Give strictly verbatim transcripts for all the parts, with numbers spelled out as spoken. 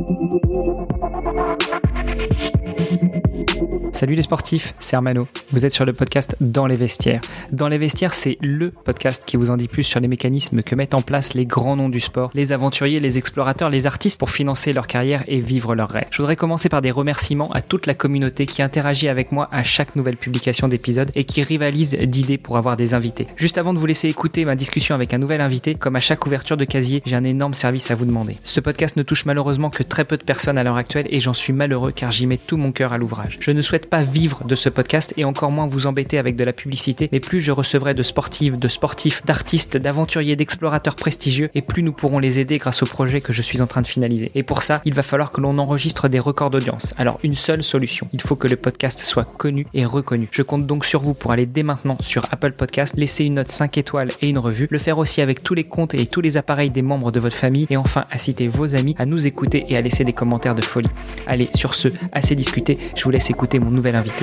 Salut les sportifs, c'est Armano. Vous êtes sur le podcast Dans les vestiaires. Dans les vestiaires, c'est le podcast qui vous en dit plus sur les mécanismes que mettent en place les grands noms du sport, les aventuriers, les explorateurs, les artistes pour financer leur carrière et vivre leurs rêves. Je voudrais commencer par des remerciements à toute la communauté qui interagit avec moi à chaque nouvelle publication d'épisode et qui rivalise d'idées pour avoir des invités. Juste avant de vous laisser écouter ma discussion avec un nouvel invité, comme à chaque ouverture de casier, j'ai un énorme service à vous demander. Ce podcast ne touche malheureusement que très peu de personnes à l'heure actuelle et j'en suis malheureux car j'y mets tout mon cœur à l'ouvrage. Je ne souhaite pas vivre de ce podcast et encore moins vous embêter avec de la publicité, mais plus je recevrai de sportives, de sportifs, d'artistes, d'aventuriers, d'explorateurs prestigieux et plus nous pourrons les aider grâce au projet que je suis en train de finaliser. Et pour ça, il va falloir que l'on enregistre des records d'audience. Alors une seule solution, il faut que le podcast soit connu et reconnu. Je compte donc sur vous pour aller dès maintenant sur Apple Podcast, laisser une note cinq étoiles et une revue, le faire aussi avec tous les comptes et tous les appareils des membres de votre famille et enfin inciter vos amis à nous écouter et à laisser des commentaires de folie. Allez, sur ce, assez discuté, je vous laisse écouter mon nouvel invité.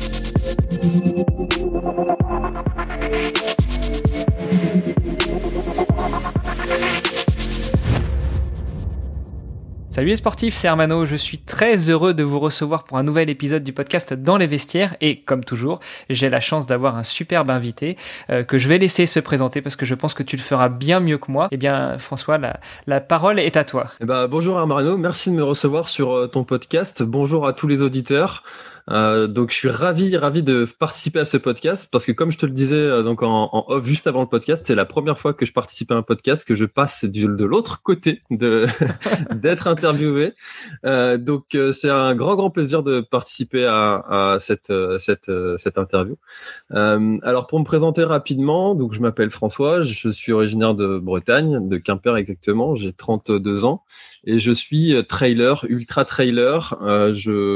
Salut les sportifs, c'est Armano, je suis très heureux de vous recevoir pour un nouvel épisode du podcast Dans les vestiaires et comme toujours, j'ai la chance d'avoir un superbe invité euh, que je vais laisser se présenter parce que je pense que tu le feras bien mieux que moi. Eh bien François, la, la parole est à toi. Eh ben, bonjour Armano, merci de me recevoir sur euh, ton podcast, bonjour à tous les auditeurs. Euh, donc je suis ravi ravi de participer à ce podcast parce que comme je te le disais euh, donc en, en off juste avant le podcast, c'est la première fois que je participe à un podcast, que je passe du, de l'autre côté de d'être interviewé. Euh, donc euh, c'est un grand grand plaisir de participer à, à cette euh, cette euh, cette interview. Euh, alors pour me présenter rapidement, donc je m'appelle François, je suis originaire de Bretagne, de Quimper exactement, j'ai trente-deux ans et je suis trailer, ultra trailer. Euh,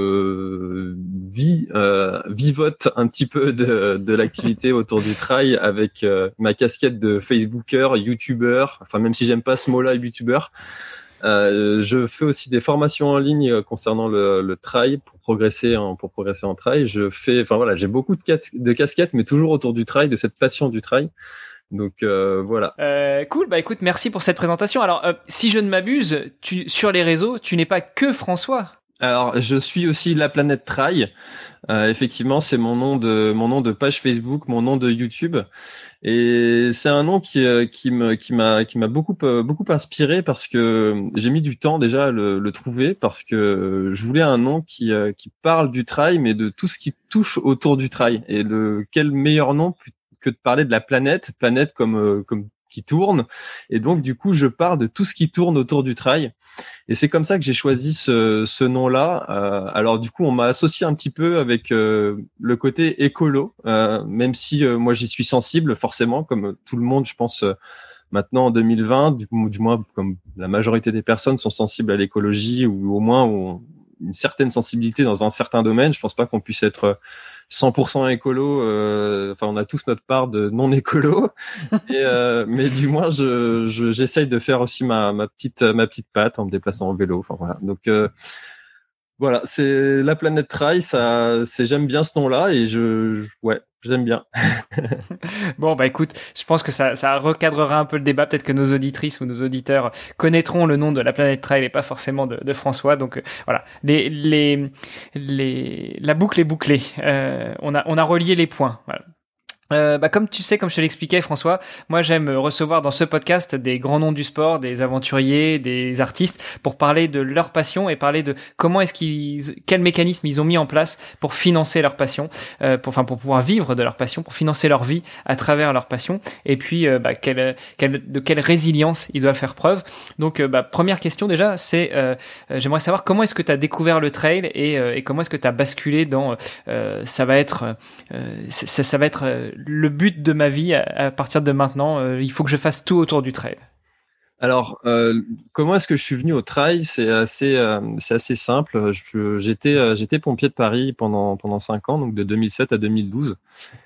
je vis euh, vivote un petit peu de, de l'activité autour du trail avec euh, ma casquette de Facebooker, YouTuber, enfin même si j'aime pas ce mot-là, YouTuber. Euh, je fais aussi des formations en ligne concernant le, le trail pour progresser en pour progresser en trail. Je fais, enfin voilà, j'ai beaucoup de, cat- de casquettes, mais toujours autour du trail, de cette passion du trail. Donc euh, voilà. Euh, cool, bah écoute, merci pour cette présentation. Alors, euh, si je ne m'abuse, tu sur les réseaux, tu n'es pas que François. Alors, je suis aussi La Planète Trail. Euh, effectivement, c'est mon nom de mon nom de page Facebook, mon nom de YouTube, et c'est un nom qui qui me qui m'a qui m'a beaucoup beaucoup inspiré parce que j'ai mis du temps déjà à le, le trouver parce que je voulais un nom qui qui parle du trail, mais de tout ce qui touche autour du trail. Et le quel meilleur nom que de parler de la planète, planète comme comme qui tourne, et donc du coup je parle de tout ce qui tourne autour du trail, et c'est comme ça que j'ai choisi ce, ce nom-là. Euh, alors du coup on m'a associé un petit peu avec euh, le côté écolo, euh, même si euh, moi j'y suis sensible forcément, comme tout le monde je pense euh, maintenant en deux mille vingt, du, coup, du moins comme la majorité des personnes sont sensibles à l'écologie ou au moins ont une certaine sensibilité dans un certain domaine. Je pense pas qu'on puisse être cent pour cent écolo, euh, enfin on a tous notre part de non écolo, et, euh, mais du moins je, je j'essaye de faire aussi ma ma petite ma petite patte en me déplaçant en vélo. Enfin voilà, donc euh, voilà, c'est La Planète Trail, ça, c'est j'aime bien ce nom-là et je, je ouais, j'aime bien. Bon bah écoute, je pense que ça, ça recadrera un peu le débat. Peut-être que nos auditrices ou nos auditeurs connaîtront le nom de La Planète Trail et pas forcément de, de François. Donc euh, voilà, les, les, les, la boucle est bouclée. Euh, on a, on a relié les points. Voilà. Euh, bah comme tu sais, comme je te l'expliquais François, moi j'aime recevoir dans ce podcast des grands noms du sport, des aventuriers, des artistes pour parler de leur passion et parler de comment est-ce qu'ils, quels mécanismes ils ont mis en place pour financer leur passion, euh, pour, enfin pour pouvoir vivre de leur passion, pour financer leur vie à travers leur passion, et puis euh, bah, quelle, quelle, de quelle résilience ils doivent faire preuve. Donc euh, bah, première question déjà, c'est euh, euh, j'aimerais savoir comment est-ce que tu as découvert le trail et, euh, et comment est-ce que tu as basculé dans euh, ça va être euh, ça, ça va être euh, le but de ma vie à, à partir de maintenant, euh, il faut que je fasse tout autour du trail. Alors, euh, comment est-ce que je suis venu au trail? C'est assez, euh, c'est assez simple. Je, j'étais, euh, j'étais pompier de Paris pendant pendant cinq ans, donc de deux mille sept à deux mille douze.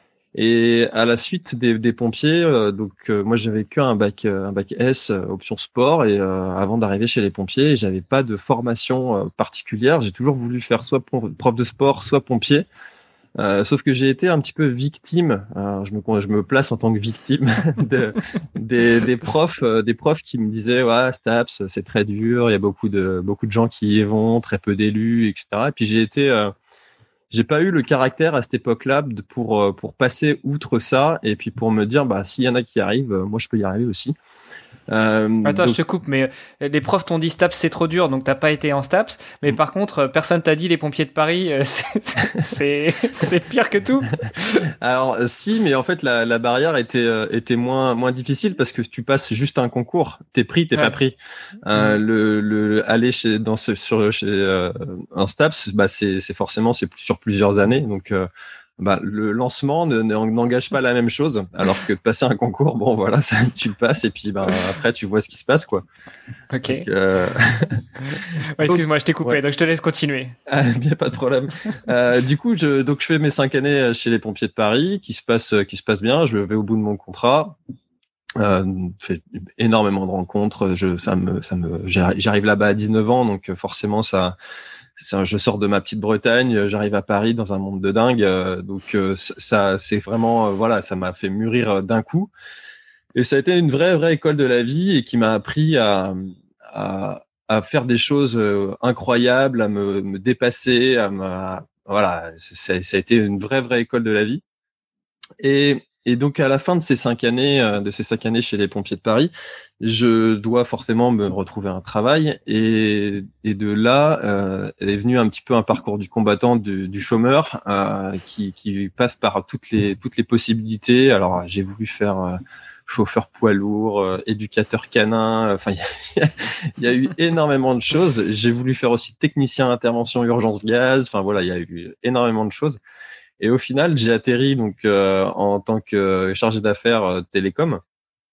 Et à la suite des, des pompiers, euh, donc euh, moi j'avais qu'un bac, euh, un bac S, euh, option sport, et euh, avant d'arriver chez les pompiers, j'avais pas de formation euh, particulière. J'ai toujours voulu faire soit prof de sport, soit pompier. Euh, sauf que j'ai été un petit peu victime. Alors, je me je me place en tant que victime de, des des profs euh, des profs qui me disaient ouais Staps c'est très dur, il y a beaucoup de beaucoup de gens qui y vont, très peu d'élus, et cetera. Et puis j'ai été euh, j'ai pas eu le caractère à cette époque-là de- pour euh, pour passer outre ça et puis pour me dire bah s'il y en a qui arrivent, euh, moi je peux y arriver aussi. Euh, Attends, donc je te coupe, mais euh, les profs t'ont dit STAPS c'est trop dur, donc t'as pas été en STAPS. Mais par contre, euh, personne t'a dit les pompiers de Paris, euh, c'est c'est c'est pire que tout. alors euh, si, mais en fait la, la barrière était euh, était moins moins difficile parce que tu passes juste un concours, t'es pris, t'es Ouais. pas pris. Euh, Mhm. le, le aller chez dans ce sur chez euh, un STAPS, bah c'est c'est forcément c'est sur plusieurs années, donc euh, bah le lancement ne- ne- n'engage pas la même chose, alors que de passer un concours, bon voilà, ça, tu le passes et puis ben après tu vois ce qui se passe quoi. Ok. Donc, euh, Ouais, donc excuse-moi, je t'ai coupé, ouais. donc je te laisse continuer. Ah, bien pas de problème. Euh, du coup, je, donc je fais mes cinq années chez les pompiers de Paris, qui se passe, qui se passe bien. Je vais au bout de mon contrat. Euh, fais énormément de rencontres. Je, ça me, ça me, j'arrive là-bas à dix-neuf ans, donc forcément ça, ça, je sors de ma petite Bretagne, j'arrive à Paris dans un monde de dingue. Euh, donc euh, ça, c'est vraiment, euh, voilà, ça m'a fait mûrir d'un coup. Et ça a été une vraie, vraie école de la vie et qui m'a appris à, à, à faire des choses euh, incroyables, à me, me dépasser, à me, à- voilà, ça, ça a été une vraie, vraie école de la vie. Et, et donc à la fin de ces cinq années, euh, de ces cinq années chez les pompiers de Paris, je dois forcément me retrouver un travail. Et, et de là euh, est venu un petit peu un parcours du combattant, du, du chômeur, euh, qui, qui passe par toutes les toutes les possibilités. Alors j'ai voulu faire euh, chauffeur poids lourd, euh, éducateur canin. Enfin, il y, a, il y a eu énormément de choses. J'ai voulu faire aussi technicien intervention urgence gaz. Enfin voilà, il y a eu énormément de choses. Et au final, j'ai atterri donc euh, en tant que chargé d'affaires euh, télécom.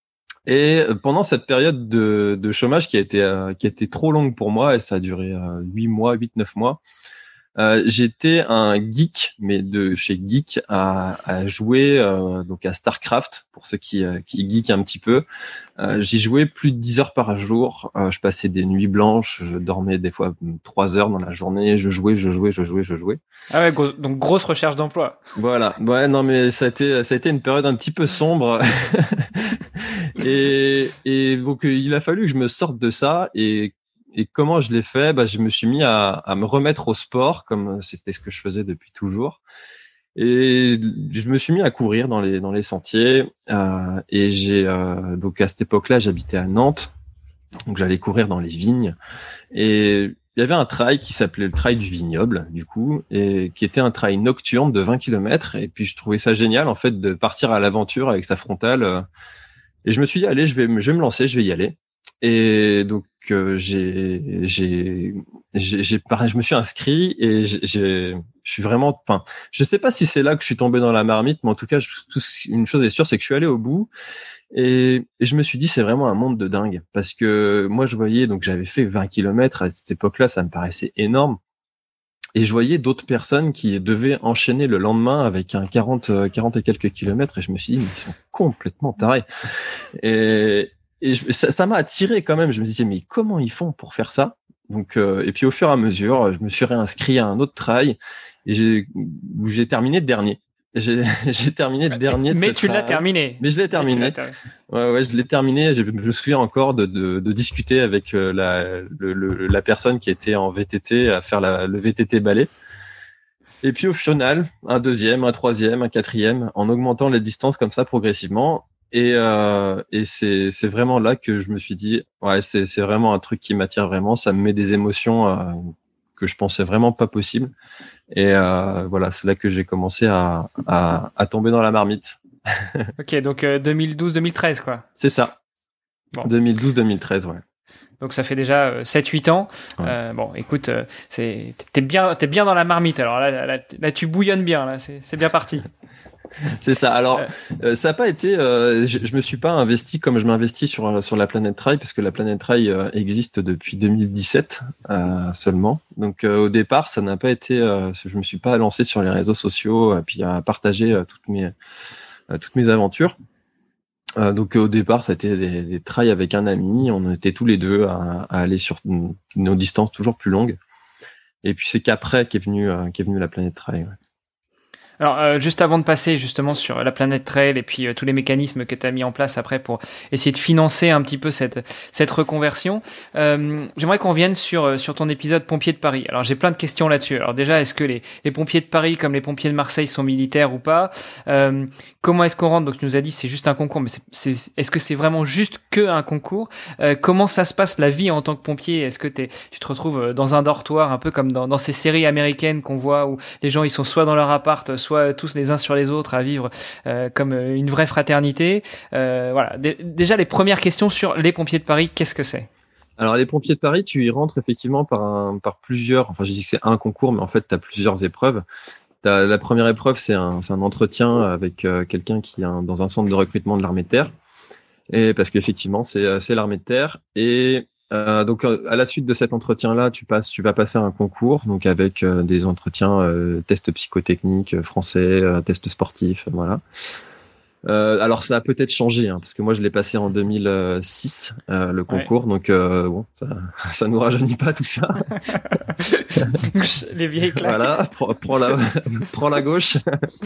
Et pendant cette période de, de chômage qui a été euh, qui a été trop longue pour moi, et ça a duré euh, huit mois, huit neuf mois, euh, j'étais un geek, mais de chez geek à, à jouer euh, donc à Starcraft pour ceux qui euh, qui geekent un petit peu. Euh, j'y jouais plus de dix heures par jour. Euh, je passais des nuits blanches. Je dormais des fois trois heures dans la journée. Je jouais, je jouais, je jouais, je jouais. Ah ouais, gros- donc grosse recherche d'emploi. Voilà. Ouais, non, mais ça a été, ça a été une période un petit peu sombre. et, et donc, il a fallu que je me sorte de ça. Et, et comment je l'ai fait? Bah, je me suis mis à, à me remettre au sport, comme c'était ce que je faisais depuis toujours. Et je me suis mis à courir dans les, dans les sentiers. Euh, et j'ai, euh, donc, à cette époque-là, j'habitais à Nantes. Donc, j'allais courir dans les vignes. Et il y avait un trail qui s'appelait le trail du vignoble, du coup, et qui était un trail nocturne de vingt kilomètres. Et puis, je trouvais ça génial, en fait, de partir à l'aventure avec sa frontale. euh. Et je me suis dit, allez, je vais, me- je vais me lancer, je vais y aller. Et donc, euh, j'ai, j'ai, j'ai, j'ai, pareil, je me suis inscrit et j'ai, j'ai- je suis vraiment, enfin, je sais pas si c'est là que je suis tombé dans la marmite, mais en tout cas, je- tout- une chose est sûre, c'est que je suis allé au bout. Et, et je me suis dit, c'est vraiment un monde de dingue. Parce que moi, je voyais, donc j'avais fait vingt kilomètres à cette époque-là, ça me paraissait énorme. Et je voyais d'autres personnes qui devaient enchaîner le lendemain avec un quarante, euh, quarante et quelques kilomètres. Et je me suis dit, mais ils sont complètement tarés. Et, et je- ça, ça m'a attiré quand même. Je me disais, mais comment ils font pour faire ça? Donc, euh, et puis au fur et à mesure, je me suis réinscrit à un autre trail et j'ai, où j'ai terminé dernier. J'ai, j'ai terminé dernier de ce Mais tu l'as trail. terminé. Mais je l'ai Mais tu l'as terminé. terminé. Ouais, ouais, je l'ai terminé. Je me souviens encore de, de, de discuter avec euh, la, le, le- la personne qui était en V T T à faire la, le V T T balai. Et puis au final, un deuxième, un troisième, un quatrième, en augmentant les distances comme ça progressivement. Et, euh, et c'est, c'est vraiment là que je me suis dit, ouais, c'est, c'est vraiment un truc qui m'attire vraiment. Ça me met des émotions euh, que je pensais vraiment pas possible. Et euh, voilà, c'est là que j'ai commencé à, à, à tomber dans la marmite. Ok, donc euh, deux mille douze deux mille treize, quoi. C'est ça. Bon. deux mille douze deux mille treize, ouais. Donc ça fait déjà euh, sept huit ans. Ouais. Euh, bon, écoute, euh, c'est, t'es bien, t'es bien dans la marmite. Alors là, là, là, là, tu bouillonnes bien. Là, c'est, c'est bien parti. C'est ça. Alors, Euh. euh, ça n'a pas été. Euh, je, je me suis pas investi comme je m'investis sur sur la planète Trail parce que la planète Trail euh, existe depuis deux mille dix-sept euh, seulement. Donc euh, au départ, ça n'a pas été. Euh, je me suis pas lancé sur les réseaux sociaux et puis à partager euh, toutes mes euh, toutes mes aventures. Euh, donc au départ, ça a été des, des trails avec un ami. On était tous les deux à, à aller sur nos distances toujours plus longues. Et puis c'est qu'après qu'est venu euh, qu'est venu la planète Trail. Ouais. Alors, euh, juste avant de passer justement sur la planète Trail et puis euh, tous les mécanismes que tu as mis en place après pour essayer de financer un petit peu cette cette reconversion, euh, j'aimerais qu'on revienne sur sur ton épisode pompiers de Paris. Alors, j'ai plein de questions là-dessus. Alors déjà, est-ce que les les pompiers de Paris comme les pompiers de Marseille sont militaires ou pas? euh, Comment est-ce qu'on rentre? Donc, tu nous as dit c'est juste un concours, mais c'est, c'est est-ce que c'est vraiment juste que un concours? euh, Comment ça se passe la vie en tant que pompier? Est-ce que t'es, tu te retrouves dans un dortoir un peu comme dans dans ces séries américaines qu'on voit où les gens ils sont soit dans leur appart, soit tous les uns sur les autres à vivre euh, comme une vraie fraternité. Euh, voilà. D- déjà les premières questions sur les pompiers de Paris, qu'est-ce que c'est? Alors les pompiers de Paris, tu y rentres effectivement par un, par plusieurs. Enfin, je dis que c'est un concours, mais en fait, tu as plusieurs épreuves. T'as, la première épreuve, c'est un, c'est un entretien avec euh, quelqu'un qui est un, dans un centre de recrutement de l'armée de terre, et parce qu'effectivement, c'est, c'est l'armée de terre. Et euh, donc, à la suite de cet entretien-là, tu passes, tu vas passer un concours, donc avec euh, des entretiens, euh, tests psychotechniques, euh, français, euh, tests sportifs, voilà. Euh, alors ça a peut-être changé, hein, parce que moi je l'ai passé en deux mille six, euh, le concours, ouais. Donc euh, bon, ça, ça nous rajeunit pas tout ça. Les vieilles claques. Voilà, prends, prends la, prends la gauche.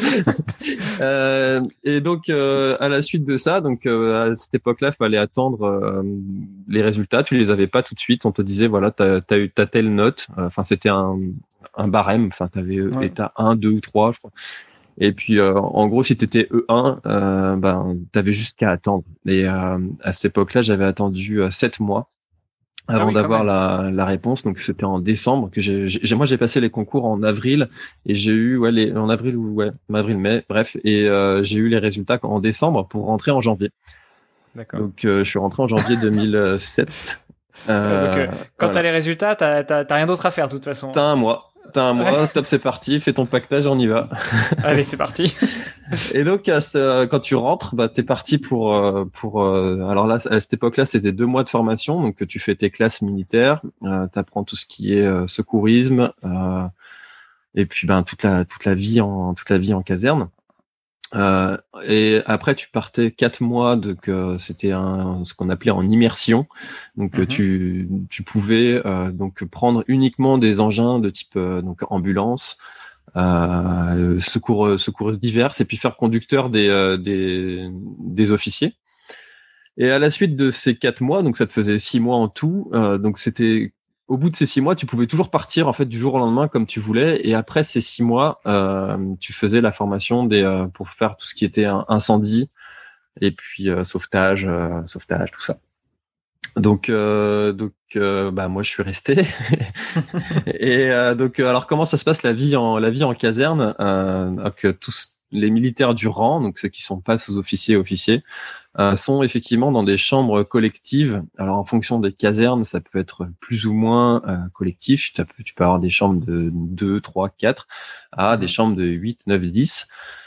euh, et donc euh, à la suite de ça, donc euh, à cette époque-là, il fallait attendre euh, les résultats. Tu les avais pas tout de suite. On te disait voilà, t'as, t'as eu t'as telle note. Enfin, c'était un, un barème. Enfin, t'avais ouais. État un, deux ou trois, je crois. Et puis, euh, en gros, si tu étais E un, euh, ben, tu avais juste qu'à attendre. Et euh, à cette époque-là, j'avais attendu euh, sept mois avant ah oui, d'avoir la, la réponse. Donc, c'était en décembre que j'ai, j'ai, moi, j'ai passé les concours en avril et j'ai eu, ouais, les, en avril ou ouais, avril, mai, bref, et euh, j'ai eu les résultats en décembre pour rentrer en janvier. D'accord. Donc, euh, je suis rentré en janvier deux mille sept. Euh, donc, euh, quand voilà. T'as les résultats, t'as, t'as, t'as rien d'autre à faire de toute façon. T'as un mois. T'as un mois, top, c'est parti, fais ton pactage, on y va. Allez, c'est parti. Et donc, à ce, quand tu rentres, bah, t'es parti pour, pour, alors là, à cette époque-là, c'était deux mois de formation. Donc, tu fais tes classes militaires, euh, t'apprends tout ce qui est euh, secourisme, euh, et puis, ben, toute la, toute la vie en, toute la vie en caserne. Euh, et après, tu partais quatre mois de que c'était un, ce qu'on appelait en immersion. Donc, mm-hmm. tu, tu pouvais euh, donc prendre uniquement des engins de type euh, donc ambulance, euh, secours, secours divers, et puis faire conducteur des, euh, des, des officiers. Et à la suite de ces quatre mois, donc ça te faisait six mois en tout. Euh, donc c'était au bout de ces six mois, tu pouvais toujours partir en fait du jour au lendemain comme tu voulais. Et après ces six mois, euh, tu faisais la formation des euh, pour faire tout ce qui était incendie et puis euh, sauvetage, euh, sauvetage, tout ça. Donc euh, donc euh, bah moi je suis resté. Et euh, donc alors comment ça se passe la vie en la vie en caserne euh, donc tous les militaires du rang, donc ceux qui sont pas sous-officiers et officiers, euh, sont effectivement dans des chambres collectives. Alors en fonction des casernes, ça peut être plus ou moins euh, collectif. Tu peux, tu peux avoir des chambres de deux, trois, quatre à des chambres de huit, neuf, dix.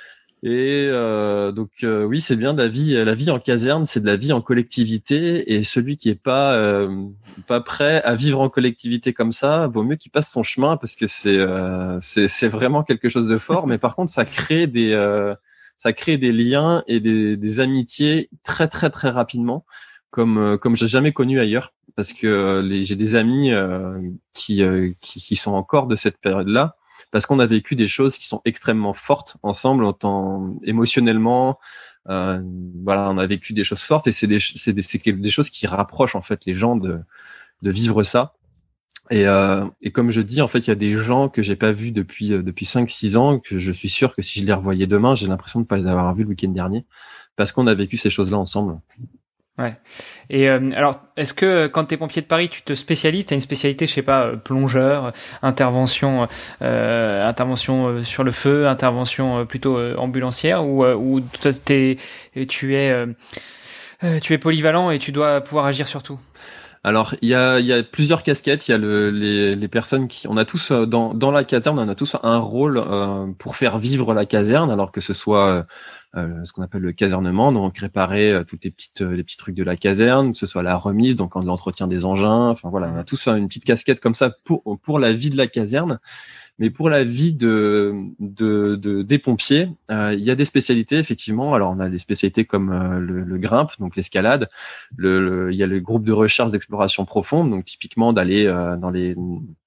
Et euh, donc euh, oui, c'est bien la vie. La vie en caserne, c'est de la vie en collectivité. Et celui qui est pas euh, pas prêt à vivre en collectivité comme ça, vaut mieux qu'il passe son chemin parce que c'est euh, c'est c'est vraiment quelque chose de fort. Mais par contre, ça crée des euh, ça crée des liens et des des amitiés très très très rapidement, comme euh, comme j'ai jamais connu ailleurs. Parce que euh, les, j'ai des amis euh, qui, euh, qui qui sont encore de cette période-là. Parce qu'on a vécu des choses qui sont extrêmement fortes ensemble, en tant émotionnellement. Euh, voilà, on a vécu des choses fortes et c'est des, c'est des, c'est des choses qui rapprochent en fait les gens de, de vivre ça. Et, euh, et comme je dis, en fait, il y a des gens que j'ai pas vus depuis depuis cinq six ans, que je suis sûr que si je les revoyais demain, j'ai l'impression de pas les avoir vus le week-end dernier, parce qu'on a vécu ces choses-là ensemble. Ouais. Et euh, alors, est-ce que quand t'es pompier de Paris, tu te spécialises? T'as une spécialité, je sais pas, euh, plongeur, intervention, euh, intervention euh, sur le feu, intervention euh, plutôt euh, ambulancière, ou euh, ou t'es, tu es euh, tu es polyvalent et tu dois pouvoir agir sur tout? Alors, il y a, il y a plusieurs casquettes. Il y a le, les, les personnes qui, on a tous dans, dans la caserne, on a tous un rôle euh, pour faire vivre la caserne, alors que ce soit euh, ce qu'on appelle le casernement, donc réparer euh, toutes les petites, les petits trucs de la caserne, que ce soit la remise, donc l'entretien des engins. Enfin voilà, on a tous une petite casquette comme ça pour pour la vie de la caserne. Mais pour la vie de, de, de des pompiers, euh, il y a des spécialités effectivement. Alors on a des spécialités comme euh, le, le grimpe, donc l'escalade. Le, le, il y a le groupe de recherche d'exploration profonde, donc typiquement d'aller euh, dans les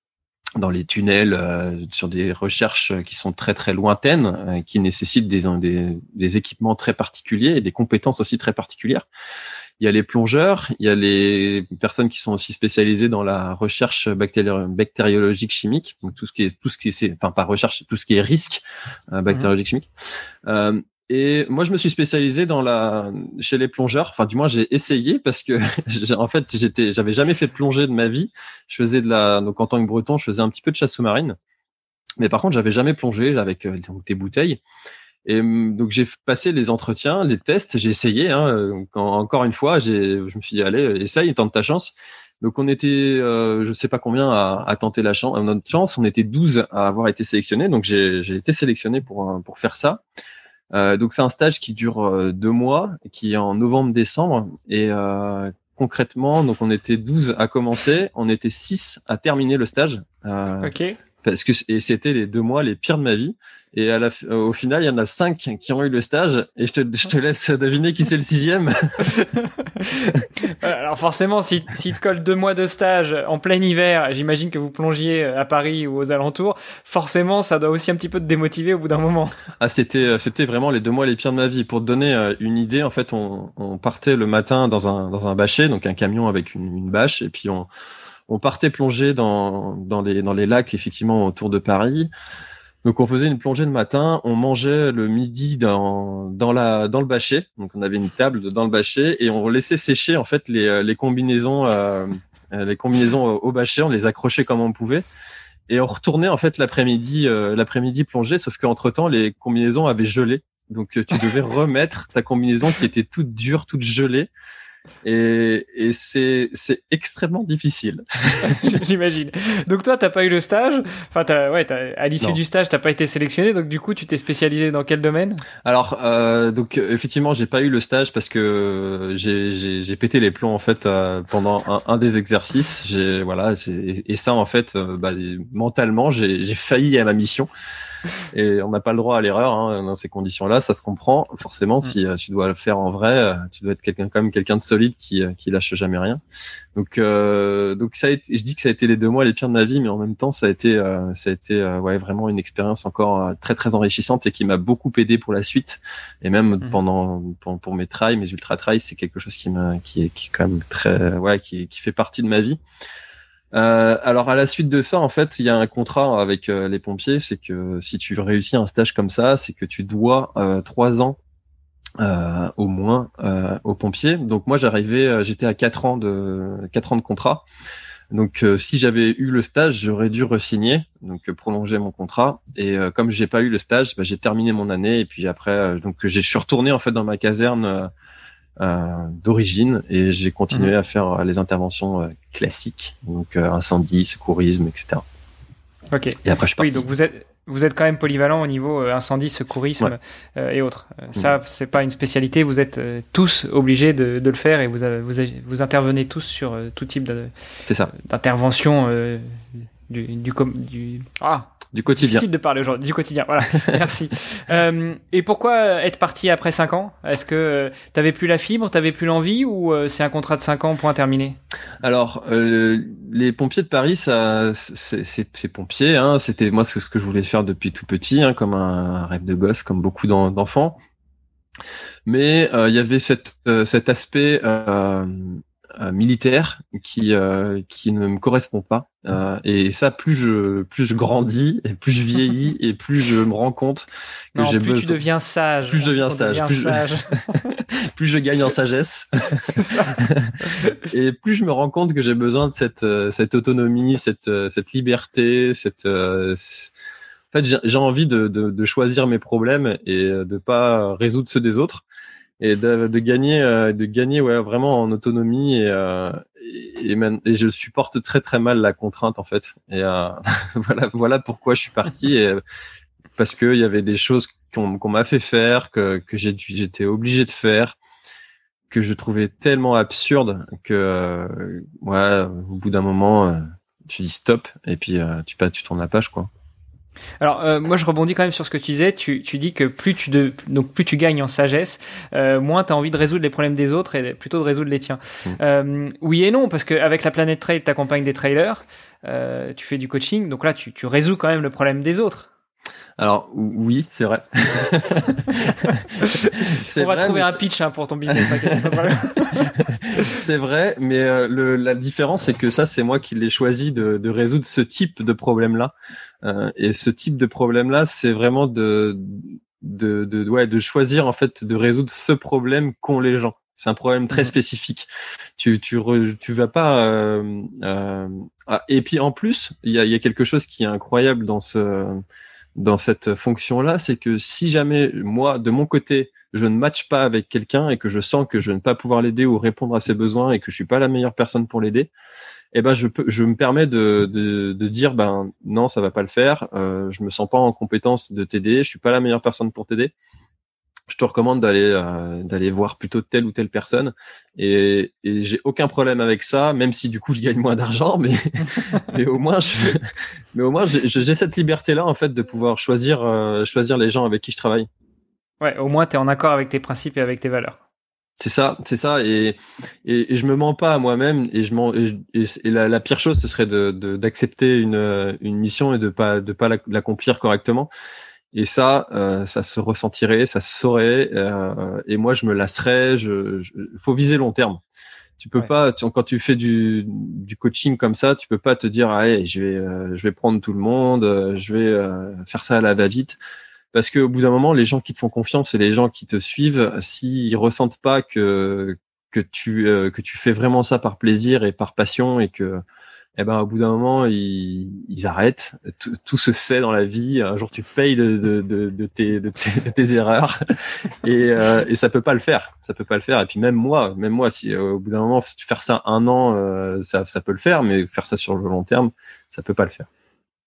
dans les tunnels, euh, sur des recherches qui sont très très lointaines, euh, qui nécessitent des, des, des équipements très particuliers et des compétences aussi très particulières. Il y a les plongeurs, il y a les personnes qui sont aussi spécialisées dans la recherche bactéri- bactériologique chimique, donc tout ce qui est tout ce qui est, enfin pas recherche, tout ce qui est risque euh, bactériologique chimique. Euh, et moi, je me suis spécialisé dans la chez les plongeurs. Enfin, du moins, j'ai essayé parce que en fait, j'étais, j'avais jamais fait de plongée de ma vie. Je faisais de la, donc en tant que Breton, je faisais un petit peu de chasse sous-marine, mais par contre, j'avais jamais plongé avec euh, donc, des bouteilles. Et donc j'ai passé les entretiens, les tests, j'ai essayé. Hein, quand, encore une fois, j'ai, je me suis dit allez, essaye, tente ta chance. Donc on était, euh, je sais pas combien à, à tenter la chance, notre chance. On était douze à avoir été sélectionnés. Donc j'ai, j'ai été sélectionné pour pour faire ça. Euh, donc c'est un stage qui dure euh, deux mois, qui est en novembre-décembre. Et euh, concrètement, donc on était douze à commencer, on était six à terminer le stage. Euh, Ok. Parce que et c'était les deux mois les pires de ma vie. Et à la, au final, il y en a cinq qui ont eu le stage. Et je te, je te laisse deviner qui c'est le sixième. Alors forcément, si, si te colle deux mois de stage en plein hiver, j'imagine que vous plongiez à Paris ou aux alentours, forcément, ça doit aussi un petit peu te démotiver au bout d'un moment. Ah, c'était, c'était vraiment les deux mois les pires de ma vie. Pour te donner une idée, en fait, on, on partait le matin dans un, dans un bâcher, donc un camion avec une, une bâche, et puis on, on partait plonger dans, dans les, dans les lacs, effectivement, autour de Paris. Donc, on faisait une plongée le matin, on mangeait le midi dans, dans la, dans le bâcher. Donc, on avait une table dans le bâcher et on laissait sécher, en fait, les, les combinaisons, euh, les combinaisons au bâcher. On les accrochait comme on pouvait. Et on retournait, en fait, l'après-midi, euh, l'après-midi plonger, sauf qu'entre temps, les combinaisons avaient gelé. Donc, tu devais remettre ta combinaison qui était toute dure, toute gelée. Et, et c'est, c'est extrêmement difficile. J'imagine. Donc toi, t'as pas eu le stage. Enfin, t'as, ouais, t'as, à l'issue Non. du stage, t'as pas été sélectionné. Donc du coup, tu t'es spécialisé dans quel domaine ? Alors, euh, donc effectivement, j'ai pas eu le stage parce que j'ai, j'ai, j'ai pété les plombs en fait euh, pendant un, un des exercices. J'ai, voilà, j'ai, et ça en fait, euh, bah, mentalement, j'ai, j'ai failli à ma mission. Et on n'a pas le droit à l'erreur hein, dans ces conditions-là, ça se comprend. Forcément, si euh, tu dois le faire en vrai, euh, tu dois être quelqu'un quand même quelqu'un de solide qui euh, qui lâche jamais rien. Donc euh, donc ça a été, je dis que ça a été les deux mois les pires de ma vie, mais en même temps ça a été euh, ça a été euh, ouais vraiment une expérience encore euh, très très enrichissante et qui m'a beaucoup aidé pour la suite et même mmh. pendant pour, pour mes trails, mes ultra trails, c'est quelque chose qui me qui est qui est quand même très ouais qui qui fait partie de ma vie. Euh, alors à la suite de ça, en fait, il y a un contrat avec euh, les pompiers, c'est que si tu réussis un stage comme ça, c'est que tu dois euh, trois ans euh, au moins euh, aux pompiers. Donc moi, j'arrivais, j'étais à quatre ans de quatre ans de contrat. Donc euh, si j'avais eu le stage, j'aurais dû re-signer, donc euh, prolonger mon contrat. Et euh, comme j'ai pas eu le stage, bah, j'ai terminé mon année et puis après, euh, donc je suis retourné en fait dans ma caserne. Euh, Euh, d'origine et j'ai continué mmh. à faire les interventions euh, classiques, donc euh, incendie, secourisme, et cetera. Ok. Et après je suis parti. Oui, donc vous êtes vous êtes quand même polyvalent au niveau euh, incendie, secourisme ouais. euh, et autres. Euh, mmh. Ça, c'est pas une spécialité. Vous êtes euh, tous obligés de, de le faire et vous avez, vous, avez, vous intervenez tous sur euh, tout type de, c'est ça. d'intervention euh, du du, com, du ah. Du quotidien. Difficile de parler aujourd'hui. Du quotidien, voilà. Merci. Euh, et pourquoi être parti après cinq ans ? Est-ce que euh, t'avais plus la fibre, t'avais plus l'envie ou euh, c'est un contrat de cinq ans, point terminé ? Alors, euh, les pompiers de Paris, ça, c'est, c'est, c'est pompiers. Hein, c'était moi c'est ce que je voulais faire depuis tout petit, hein, comme un, un rêve de gosse, comme beaucoup d'en, d'enfants. Mais il euh, y avait cette, euh, cet aspect euh, euh, militaire qui euh, qui ne me correspond pas. Euh, et ça, plus je plus je grandis et plus je vieillis et plus je me rends compte que non, j'ai plus besoin. tu deviens sage. Plus je deviens sage. Plus, sage. Je... plus je gagne en sagesse. C'est ça. Et plus je me rends compte que j'ai besoin de cette cette autonomie, cette cette liberté, cette euh, en fait j'ai, j'ai envie de, de de choisir mes problèmes et de pas résoudre ceux des autres. Et de, de gagner, euh, de gagner ouais vraiment en autonomie et euh, et, et, même, et je supporte très très mal la contrainte en fait. Et euh, voilà voilà pourquoi je suis parti et parce que il y avait des choses qu'on, qu'on m'a fait faire que que j'ai dû, j'étais obligé de faire que je trouvais tellement absurde que euh, ouais au bout d'un moment euh, tu dis stop et puis euh, tu pas tu tournes la page quoi. Alors euh, moi je rebondis quand même sur ce que tu disais. Tu, tu dis que plus tu de, donc plus tu gagnes en sagesse, euh, moins tu as envie de résoudre les problèmes des autres et plutôt de résoudre les tiens. Mmh. Euh, oui et non, parce qu'avec la Planète Trail, tu accompagnes des trailers, euh, tu fais du coaching, donc là tu, tu résous quand même le problème des autres. Alors oui, c'est vrai. c'est On va vrai, trouver un pitch hein, pour ton business. C'est vrai, mais euh, le, la différence c'est que ça, c'est moi qui l'ai choisi de, de résoudre ce type de problème-là. Euh, et ce type de problème-là, c'est vraiment de de de ouais de choisir en fait de résoudre ce problème qu'ont les gens. C'est un problème très mmh. spécifique. Tu tu re, tu vas pas. Euh, euh, ah, et puis en plus, il y a il y a quelque chose qui est incroyable dans ce dans cette fonction-là, c'est que si jamais moi, de mon côté, je ne matche pas avec quelqu'un et que je sens que je ne vais pas pouvoir l'aider ou répondre à ses besoins et que je suis pas la meilleure personne pour l'aider, eh ben je peux, je me permets de, de, de dire ben non, ça va pas le faire. Euh, je me sens pas en compétence de t'aider. Je suis pas la meilleure personne pour t'aider. Je te recommande d'aller euh, d'aller voir plutôt telle ou telle personne et, et j'ai aucun problème avec ça, même si du coup je gagne moins d'argent, mais mais au moins je, mais au moins j'ai, j'ai cette liberté là en fait de pouvoir choisir euh, choisir les gens avec qui je travaille. Ouais, au moins tu es en accord avec tes principes et avec tes valeurs. C'est ça, c'est ça, et, et et je me mens pas à moi-même et je mens et, et, et la, la pire chose ce serait de, de d'accepter une une mission et de pas de pas l'accomplir correctement. Et ça, euh, ça se ressentirait, ça se saurait. Euh, et moi, je me lasserais. Je, je, faut viser long terme. Tu peux ouais. pas, tu, quand tu fais du, du coaching comme ça, tu peux pas te dire, allez, je vais, euh, je vais prendre tout le monde, euh, je vais euh, faire ça à la va-vite. Parce que au bout d'un moment, les gens qui te font confiance et les gens qui te suivent, s'ils ressentent pas que que tu euh, que tu fais vraiment ça par plaisir et par passion et que eh ben, au bout d'un moment, ils, ils arrêtent. Tout, tout se sait dans la vie. Un jour, tu payes de, de, de, de, tes, de, tes, de tes erreurs. Et, euh, et ça peut pas le faire. Ça peut pas le faire. Et puis même moi, même moi, si euh, au bout d'un moment, faire ça un an, euh, ça, ça peut le faire. Mais faire ça sur le long terme, ça peut pas le faire.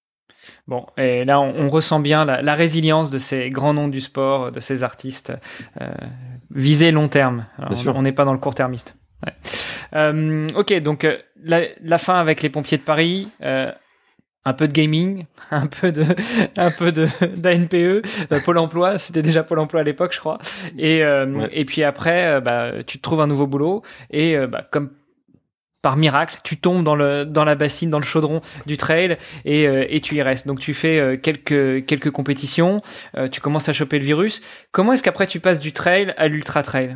Bon, et là, on, on ressent bien la, la résilience de ces grands noms du sport, de ces artistes. Euh, viser long terme. Alors, on n'est pas dans le court-termiste. Ouais. Euh, ok, donc euh, la, la fin avec les pompiers de Paris, euh, un peu de gaming, un peu de, un peu de d'A N P E, euh, Pôle Emploi, c'était déjà Pôle Emploi à l'époque, je crois. Et euh, ouais. et puis après, euh, bah tu te trouves un nouveau boulot et euh, bah comme par miracle, tu tombes dans le dans la bassine, dans le chaudron du trail et euh, et tu y restes. Donc tu fais euh, quelques quelques compétitions, euh, tu commences à choper le virus. Comment est-ce qu'après tu passes du trail à l'ultra trail?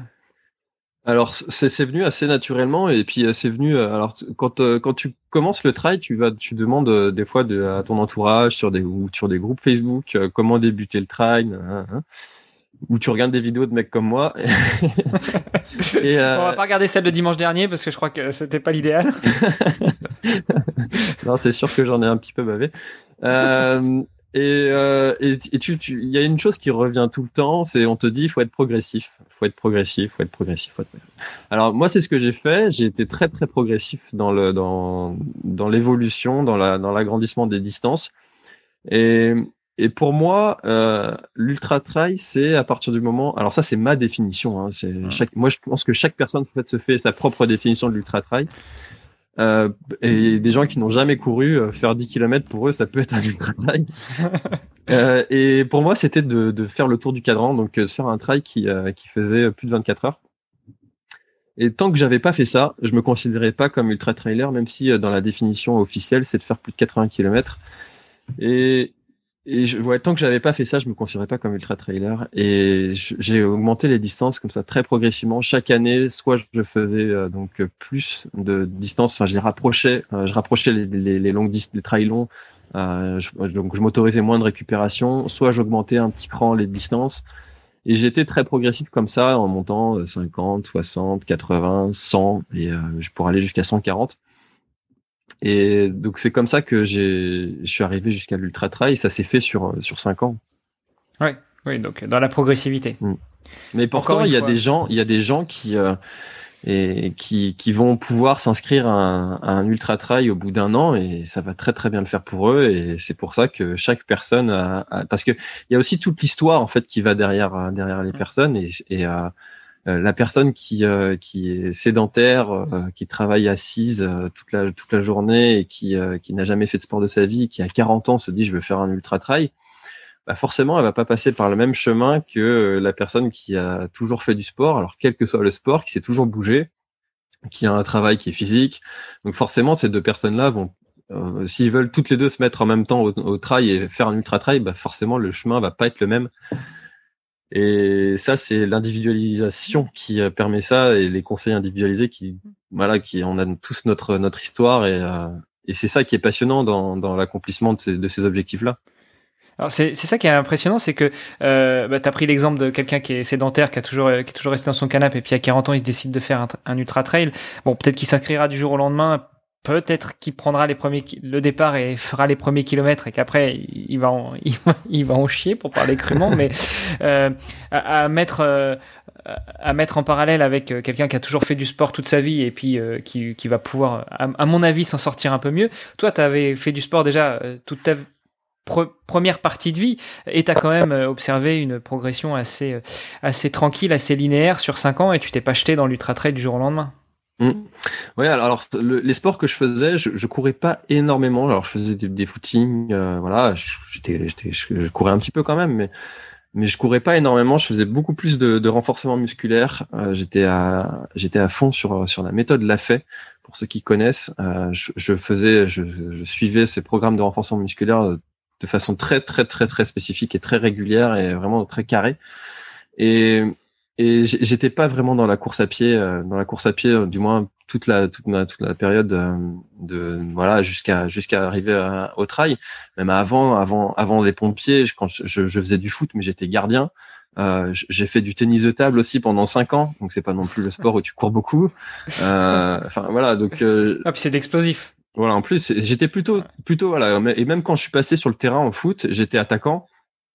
Alors c'est c'est venu assez naturellement et puis c'est venu alors quand euh, quand tu commences le trail tu vas tu demandes euh, des fois de, à ton entourage sur des ou sur des groupes Facebook euh, comment débuter le trail hein, hein, ou tu regardes des vidéos de mecs comme moi et euh... on va pas regarder celle de dimanche dernier parce que je crois que c'était pas l'idéal. Non, c'est sûr que j'en ai un petit peu bavé. Euh, Et, euh, et, et tu, tu, il y a une chose qui revient tout le temps, c'est on te dit il faut être progressif, faut être progressif, faut être progressif, faut être progressif. Alors moi c'est ce que j'ai fait, j'ai été très très progressif dans le dans dans l'évolution, dans la dans l'agrandissement des distances. Et et pour moi euh, l'ultra trail c'est à partir du moment, alors ça c'est ma définition, hein, c'est mmh. chaque, moi je pense que chaque personne en fait se fait sa propre définition de l'ultra trail. Euh, et des gens qui n'ont jamais couru, euh, faire dix kilomètres pour eux, ça peut être un ultra trail. euh, et pour moi, c'était de, de faire le tour du cadran, donc euh, faire un trail qui, euh, qui faisait plus de vingt-quatre heures. Et tant que j'avais pas fait ça, je me considérais pas comme ultra trailer, même si euh, dans la définition officielle, c'est de faire plus de quatre-vingts kilomètres. Et, et je, ouais, tant que j'avais pas fait ça, je me considérais pas comme ultra trailer. Et je, j'ai augmenté les distances comme ça très progressivement. Chaque année, soit je faisais euh, donc plus de distances, enfin je les rapprochais, euh, je rapprochais les, les, les longues distances, les trails longs. Euh, je, donc je m'autorisais moins de récupération. Soit j'augmentais un petit cran les distances. Et j'ai été très progressif comme ça en montant cinquante, soixante, quatre-vingts, cent et euh, je pourrais aller jusqu'à cent quarante. Et donc c'est comme ça que j'ai, je suis arrivé jusqu'à l'ultra trail. Ça s'est fait sur sur cinq ans. Oui, oui, donc dans la progressivité. Mmh. Mais pourtant il y a fois. des gens, il y a des gens qui euh, et qui qui vont pouvoir s'inscrire à un, à un ultra trail au bout d'un an et ça va très très bien le faire pour eux. Et c'est pour ça que chaque personne a, a, parce que il y a aussi toute l'histoire en fait qui va derrière derrière les personnes et et euh, euh, la personne qui euh, qui est sédentaire, euh, qui travaille assise euh, toute la toute la journée et qui euh, qui n'a jamais fait de sport de sa vie, qui à quarante ans se dit je veux faire un ultra trail, bah forcément elle va pas passer par le même chemin que euh, la personne qui a toujours fait du sport, alors quel que soit le sport, qui s'est toujours bougé, qui a un travail qui est physique. Donc forcément ces deux personnes-là vont Euh, s'ils veulent toutes les deux se mettre en même temps au, au trail et faire un ultra trail, bah forcément le chemin va pas être le même. Et ça, c'est l'individualisation qui euh, permet ça, et les conseils individualisés qui, voilà, qui on a tous notre notre histoire, et euh, et c'est ça qui est passionnant dans dans l'accomplissement de ces, de ces objectifs-là. Alors c'est c'est ça qui est impressionnant, c'est que euh, bah, tu as pris l'exemple de quelqu'un qui est sédentaire, qui a toujours qui est toujours resté dans son canapé, et puis à quarante ans il se décide de faire un, un ultra trail. Bon, peut-être qu'il s'inscrira du jour au lendemain, peut-être qu'il prendra les premiers le départ et fera les premiers kilomètres, et qu'après il va en, il va, il va en chier, pour parler crûment, mais euh, à, à mettre euh, à mettre en parallèle avec quelqu'un qui a toujours fait du sport toute sa vie et puis euh, qui qui va pouvoir à, à mon avis s'en sortir un peu mieux. Toi, tu avais fait du sport déjà euh, toute ta Pre- première partie de vie, et tu as quand même observé une progression assez assez tranquille, assez linéaire sur cinq ans, et tu t'es pas jeté dans l'ultra trail du jour au lendemain. Mmh. Ouais, alors, alors le, les sports que je faisais, je, je courais pas énormément. Alors je faisais des, des footings, euh, voilà, j'étais, j'étais, je, je courais un petit peu quand même, mais mais je courais pas énormément. Je faisais beaucoup plus de, de renforcement musculaire. Euh, j'étais à j'étais à fond sur sur la méthode Lafay. Pour ceux qui connaissent, euh, je, je faisais, je, je suivais ces programmes de renforcement musculaire de façon très très très très spécifique et très régulière et vraiment très carrée. Et et j'étais pas vraiment dans la course à pied, dans la course à pied, du moins toute la toute ma toute la période de voilà jusqu'à jusqu'à arriver à, au trail. Même avant avant avant les pompiers, quand je, je faisais du foot, mais j'étais gardien. Euh, j'ai fait du tennis de table aussi pendant cinq ans, donc c'est pas non plus le sport où tu cours beaucoup. Euh, enfin voilà, donc. Euh, ah puis c'est d'explosif. Voilà, en plus j'étais plutôt plutôt voilà, et même quand je suis passé sur le terrain au foot, j'étais attaquant.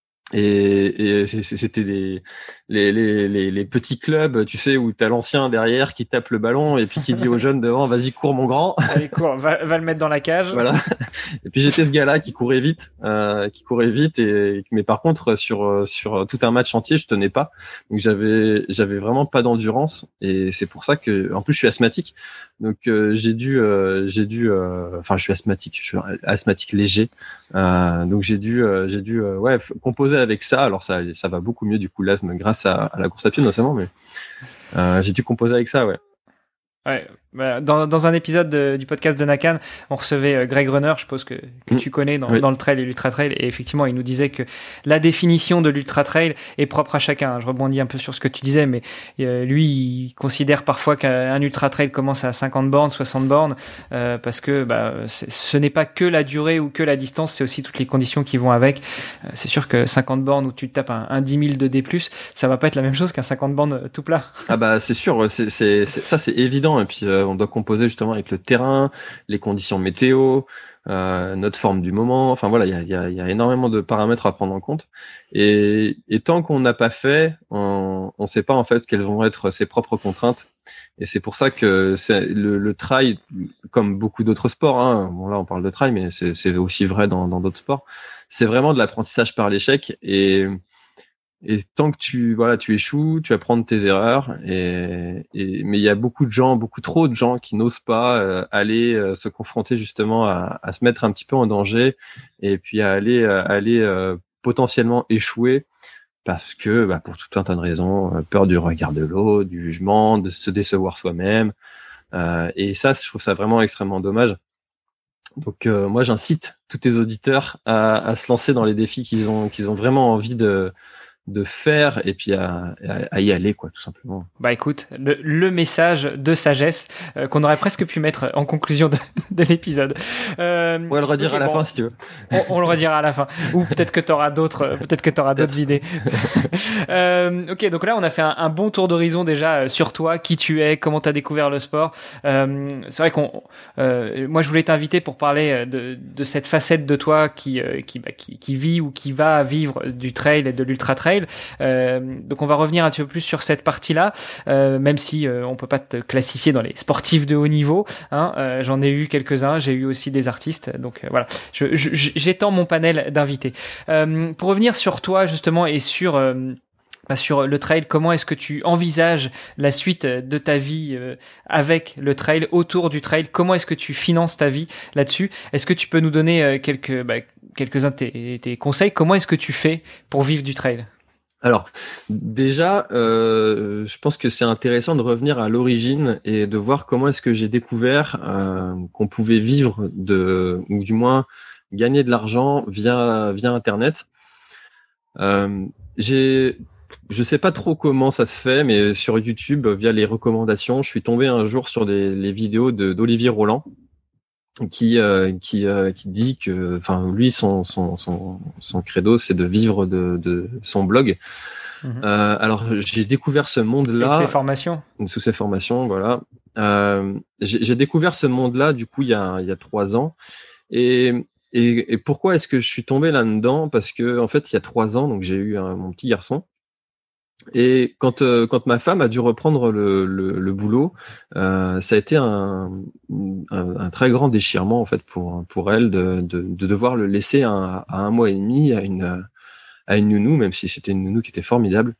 Et, et c'était des, les, les, les, les petits clubs, tu sais, où t'as l'ancien derrière qui tape le ballon et puis qui dit aux jeunes devant, vas-y, cours mon grand. Allez, cours, va, va le mettre dans la cage. Voilà. Et puis j'étais ce gars-là qui courait vite, euh, qui courait vite, et mais par contre sur sur tout un match entier, je tenais pas. Donc j'avais j'avais vraiment pas d'endurance, et c'est pour ça que, en plus, je suis asthmatique. Donc euh, j'ai dû, euh, j'ai dû, enfin euh, je suis asthmatique, je suis asthmatique léger. Euh, donc j'ai dû, euh, j'ai dû, euh, ouais, composer avec ça. Alors ça, ça va beaucoup mieux du coup l'asthme grâce à, à la course à pied notamment, mais euh, j'ai dû composer avec ça, ouais. Ouais. Dans, dans un épisode de, du podcast de Nakan, on recevait Greg Runner, je suppose que, que mmh. tu connais dans, oui. dans le trail et l'ultra trail, et effectivement il nous disait que la définition de l'ultra trail est propre à chacun. Je rebondis un peu sur ce que tu disais, mais euh, lui il considère parfois qu'un ultra trail commence à cinquante bornes, soixante bornes, euh, parce que bah, ce n'est pas que la durée ou que la distance, c'est aussi toutes les conditions qui vont avec. Euh, c'est sûr que cinquante bornes où tu te tapes un, un dix mille de D plus, ça va pas être la même chose qu'un cinquante bornes tout plat. Ah bah c'est sûr, c'est, c'est, c'est, ça c'est évident, et puis euh, on doit composer justement avec le terrain, les conditions météo, euh, notre forme du moment. Enfin voilà, il y a, y, a, y a énormément de paramètres à prendre en compte. Et, et tant qu'on n'a pas fait, on ne sait pas en fait quelles vont être ses propres contraintes. Et c'est pour ça que c'est le, le trail, comme beaucoup d'autres sports, hein, bon là on parle de trail, mais c'est, c'est aussi vrai dans, dans d'autres sports, c'est vraiment de l'apprentissage par l'échec. Et Et tant que tu voilà, tu échoues, tu apprends de tes erreurs. Et, et mais il y a beaucoup de gens, beaucoup trop de gens qui n'osent pas euh, aller euh, se confronter justement à, à se mettre un petit peu en danger, et puis à aller à aller euh, potentiellement échouer parce que bah, pour tout un tas de raisons, euh, peur du regard de l'autre, du jugement, de se décevoir soi-même. Euh, et ça, je trouve ça vraiment extrêmement dommage. Donc euh, moi, j'incite tous tes auditeurs à, à se lancer dans les défis qu'ils ont qu'ils ont vraiment envie de de faire, et puis à, à y aller, quoi, tout simplement. Bah écoute, le, le message de sagesse euh, qu'on aurait presque pu mettre en conclusion de, de l'épisode. Euh, on va le redire okay, à la bon, fin si tu veux. On, on le redira à la fin. Ou peut-être que tu auras d'autres, peut-être que tu auras d'autres idées. euh, ok, donc là on a fait un, un bon tour d'horizon déjà sur toi, qui tu es, comment tu as découvert le sport. Euh, c'est vrai qu'on, euh, moi je voulais t'inviter pour parler de, de cette facette de toi qui, qui, bah, qui, qui vit ou qui va vivre du trail et de l'ultra trail. Euh, donc on va revenir un petit peu plus sur cette partie-là, euh, même si euh, on peut pas te classifier dans les sportifs de haut niveau. Hein, euh, j'en ai eu quelques-uns, j'ai eu aussi des artistes. Donc euh, voilà, je, je, j'étends mon panel d'invités. Euh, pour revenir sur toi justement et sur euh, bah, sur le trail, comment est-ce que tu envisages la suite de ta vie euh, avec le trail, autour du trail? Comment est-ce que tu finances ta vie là-dessus? Est-ce que tu peux nous donner euh, quelques, bah, quelques-uns de tes, tes conseils? Comment est-ce que tu fais pour vivre du trail? Alors, déjà, euh, je pense que c'est intéressant de revenir à l'origine et de voir comment est-ce que j'ai découvert euh, qu'on pouvait vivre de, ou du moins gagner de l'argent via via Internet. Euh, j'ai, je sais pas trop comment ça se fait, mais sur YouTube, via les recommandations, je suis tombé un jour sur des les vidéos de d'Olivier Roland, qui euh, qui euh, qui dit que, enfin, lui, son son son son credo, c'est de vivre de de son blog. Mmh. Euh, alors, j'ai découvert ce monde-là. Avec ses formations. Sous ses formations, voilà. Euh, j'ai, j'ai découvert ce monde-là, du coup, il y a il y a trois ans. Et et, et pourquoi est-ce que je suis tombé là-dedans? Parce que en fait, il y a trois ans, donc j'ai eu un, mon petit garçon. Et quand euh, quand ma femme a dû reprendre le le, le boulot, euh, ça a été un, un un très grand déchirement en fait pour pour elle de de, de devoir le laisser à, à un mois et demi à une à une nounou, même si c'était une nounou qui était formidable.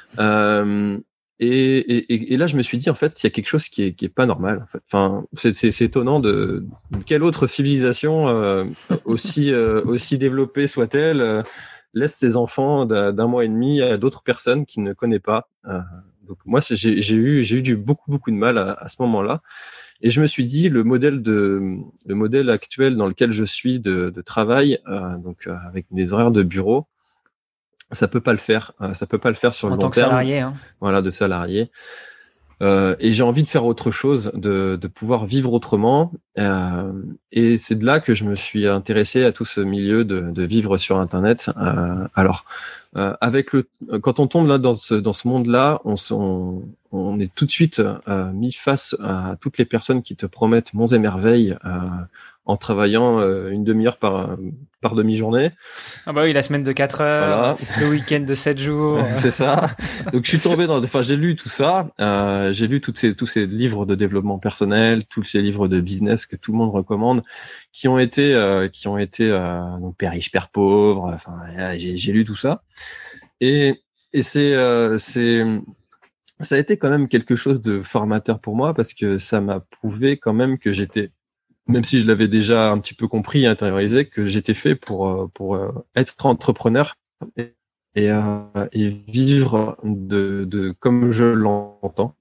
Euh, et, et, et là, je me suis dit, en fait, il y a quelque chose qui est, qui est pas normal. En fait. Enfin, c'est, c'est, c'est étonnant de, de quelle autre civilisation euh, aussi euh, aussi développée soit-elle euh, laisse ses enfants d'un, d'un mois et demi à d'autres personnes qui ne connaît pas. Euh, donc moi, j'ai, j'ai eu j'ai eu du beaucoup beaucoup de mal à, à ce moment-là. Et je me suis dit, le modèle de le modèle actuel dans lequel je suis de, de travail, euh, donc euh, avec des horaires de bureau, ça peut pas le faire. Euh, ça peut pas le faire sur en le long tant que terme. Salarié, hein. Voilà, de salarié. Euh, et j'ai envie de faire autre chose, de, de pouvoir vivre autrement. Euh, et c'est de là que je me suis intéressé à tout ce milieu de, de vivre sur Internet. Euh, alors, euh, avec le, quand on tombe là dans ce dans ce monde-là, on, on, on est tout de suite euh, mis face à toutes les personnes qui te promettent monts et merveilles euh, en travaillant euh, une demi-heure par par demi-journée. Ah bah oui, la semaine de quatre heures, voilà. Le week-end de sept jours. C'est ça. Donc je suis tombé dans, enfin j'ai lu tout ça, euh, j'ai lu toutes ces, tous ces livres de développement personnel, tous ces livres de business que tout le monde recommande, qui ont été, euh, qui ont été euh, donc père riche, père pauvre. Enfin j'ai, j'ai lu tout ça, et et c'est euh, c'est ça a été quand même quelque chose de formateur pour moi parce que ça m'a prouvé quand même que j'étais, même si je l'avais déjà un petit peu compris et intériorisé, que j'étais fait pour pour être entrepreneur et, et, euh, et vivre de, de comme je l'entends.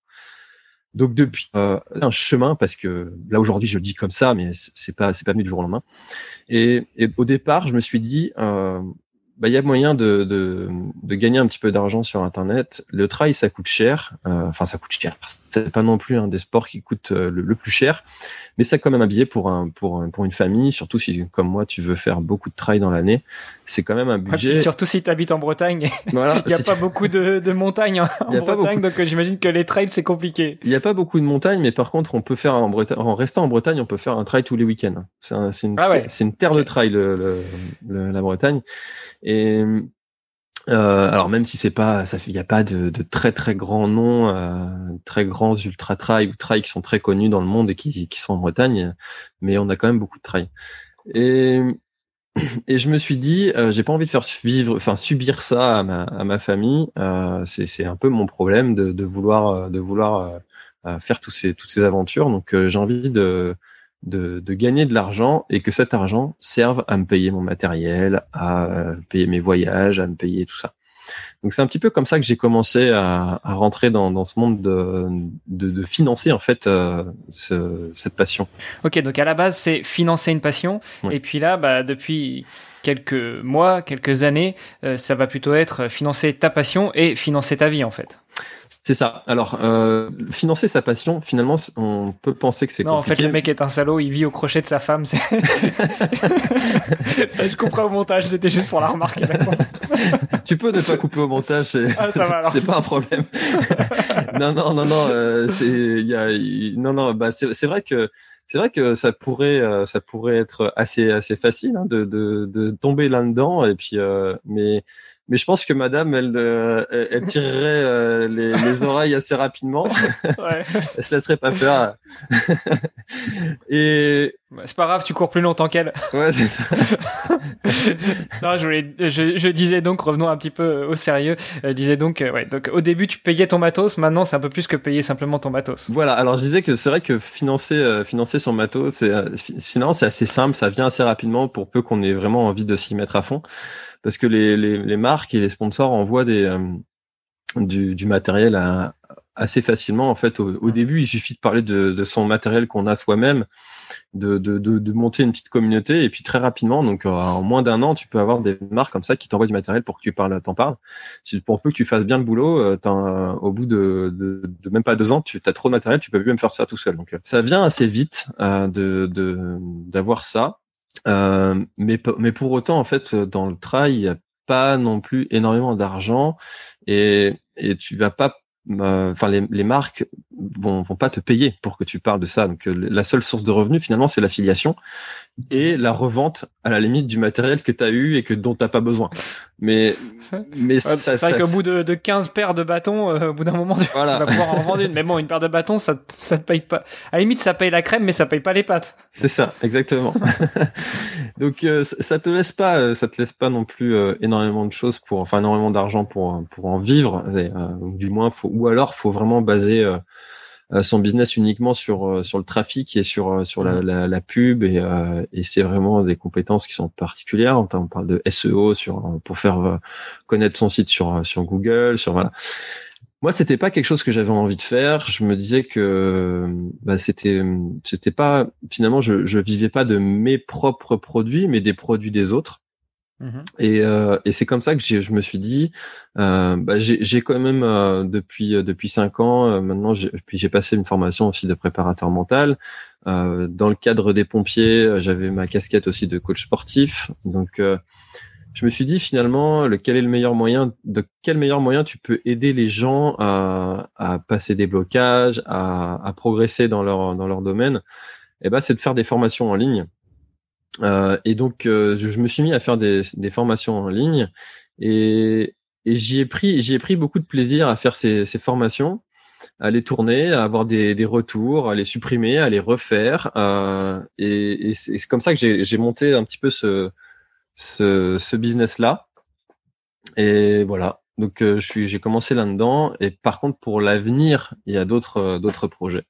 Donc depuis euh, un chemin, parce que là aujourd'hui je le dis comme ça, mais c'est pas c'est pas venu du jour au lendemain. Et, et au départ, je me suis dit, euh, bah il y a moyen de, de de gagner un petit peu d'argent sur Internet. Le trail, ça coûte cher. Euh, enfin, ça coûte cher. C'est pas non plus un des sports qui coûte le, le plus cher, mais c'est quand même un billet pour un pour pour une famille, surtout si comme moi tu veux faire beaucoup de trail dans l'année. C'est quand même un budget. Ouais, surtout si tu habites en Bretagne. Voilà, il y a pas beaucoup de de montagnes en, en Bretagne, beaucoup... donc j'imagine que les trails c'est compliqué. Il y a pas beaucoup de montagnes, mais par contre on peut faire en Bretagne, en restant en Bretagne, on peut faire un trail tous les week-ends. C'est un, c'est une ah ouais. c'est une terre okay. de trail le, le, le, la Bretagne. Et euh, alors même si c'est pas, ça fait, il y a pas de, de très très grands noms, euh, très grands ultra trail ou trail qui sont très connus dans le monde et qui, qui sont en Bretagne, mais on a quand même beaucoup de trail. Et et je me suis dit, euh, j'ai pas envie de faire vivre, enfin subir ça à ma à ma famille. Euh, c'est c'est un peu mon problème de de vouloir de vouloir euh, faire tous ces toutes ces aventures. Donc euh, j'ai envie de De, de gagner de l'argent et que cet argent serve à me payer mon matériel, à payer mes voyages, à me payer tout ça. Donc c'est un petit peu comme ça que j'ai commencé à, à rentrer dans, dans ce monde de, de, de financer en fait euh, ce, cette passion. Ok, donc à la base c'est financer une passion, oui. Et puis là, bah, depuis quelques mois, quelques années, euh, ça va plutôt être financer ta passion et financer ta vie en fait. C'est ça. Alors, euh, financer sa passion, finalement, on peut penser que c'est non, compliqué. Non, en fait, le mec est un salaud, il vit au crochet de sa femme. C'est... Je comprends au montage, c'était juste pour la remarque. Tu peux ne pas couper au montage, c'est, ah, ça va, alors. C'est pas un problème. non, non, non, non, euh, c'est, il y a, y... non, non, bah, c'est, c'est vrai que, c'est vrai que ça pourrait, euh, ça pourrait être assez, assez facile hein, de, de, de tomber là-dedans, et puis, euh, mais. mais je pense que madame, elle, euh, elle, elle tirerait euh, les, les oreilles assez rapidement. Ouais. Elle se laisserait pas faire. Et c'est pas grave, tu cours plus longtemps qu'elle. Ouais, c'est ça. Non, je, voulais, je, je disais donc, revenons un petit peu au sérieux. Je disais donc, euh, ouais, donc au début tu payais ton matos, maintenant c'est un peu plus que payer simplement ton matos. Voilà. Alors je disais que c'est vrai que financer, euh, financer son matos, c'est euh, finalement c'est assez simple, ça vient assez rapidement pour peu qu'on ait vraiment envie de s'y mettre à fond, parce que les les, les marques et les sponsors envoient des euh, du, du matériel à, assez facilement. En fait, au, au début, il suffit de parler de, de son matériel qu'on a soi-même. De, de, de, de monter une petite communauté et puis très rapidement, donc euh, en moins d'un an, tu peux avoir des marques comme ça qui t'envoient du matériel pour que tu parles, t'en parles. Si, pour peu que tu fasses bien le boulot, euh, euh, au bout de, de, de même pas deux ans, tu as trop de matériel, tu peux plus même faire ça tout seul. Donc euh, ça vient assez vite euh, de, de d'avoir ça, euh, mais mais pour autant en fait dans le trail, il y a pas non plus énormément d'argent et et tu vas pas enfin euh, les, les marques vont, vont pas te payer pour que tu parles de ça. Donc euh, la seule source de revenus finalement c'est l'affiliation et la revente à la limite du matériel que tu as eu et que dont t'as pas besoin. Mais mais ouais, ça, c'est ça, vrai ça, qu'au bout de, de quinze paires de bâtons, euh, au bout d'un moment tu voilà. vas pouvoir en vendre une. Mais bon, une paire de bâtons ça ça te paye pas. À la limite ça paye la crème mais ça paye pas les pâtes. C'est ça, exactement. Donc euh, ça te laisse pas ça te laisse pas non plus euh, énormément de choses pour enfin énormément d'argent pour pour en vivre et, euh, du moins faut ou alors faut vraiment baser euh, son business uniquement sur euh, sur le trafic et sur sur la, la, la pub et euh, et c'est vraiment des compétences qui sont particulières. On parle de S E O sur pour faire euh, connaître son site sur sur Google, sur voilà. Moi, c'était pas quelque chose que j'avais envie de faire. Je me disais que bah, c'était c'était pas finalement je je vivais pas de mes propres produits, mais des produits des autres. Mmh. Et euh, et c'est comme ça que j'ai je me suis dit euh, bah j'ai j'ai quand même euh, depuis euh, depuis cinq ans euh, maintenant j'ai puis j'ai passé une formation aussi de préparateur mental. Euh, dans le cadre des pompiers, j'avais ma casquette aussi de coach sportif. Donc euh, je me suis dit finalement, le, quel est le meilleur moyen, de quel meilleur moyen tu peux aider les gens à, à passer des blocages, à, à progresser dans leur dans leur domaine. Et ben, c'est de faire des formations en ligne. Euh, et donc, euh, je me suis mis à faire des, des formations en ligne et, et j'y ai pris j'y ai pris beaucoup de plaisir à faire ces, ces formations, à les tourner, à avoir des, des retours, à les supprimer, à les refaire. Euh, et, et c'est comme ça que j'ai, j'ai monté un petit peu ce ce, ce business-là. Et voilà. Donc, euh, je suis, j'ai commencé là-dedans. Et par contre, pour l'avenir, il y a d'autres, euh, d'autres projets.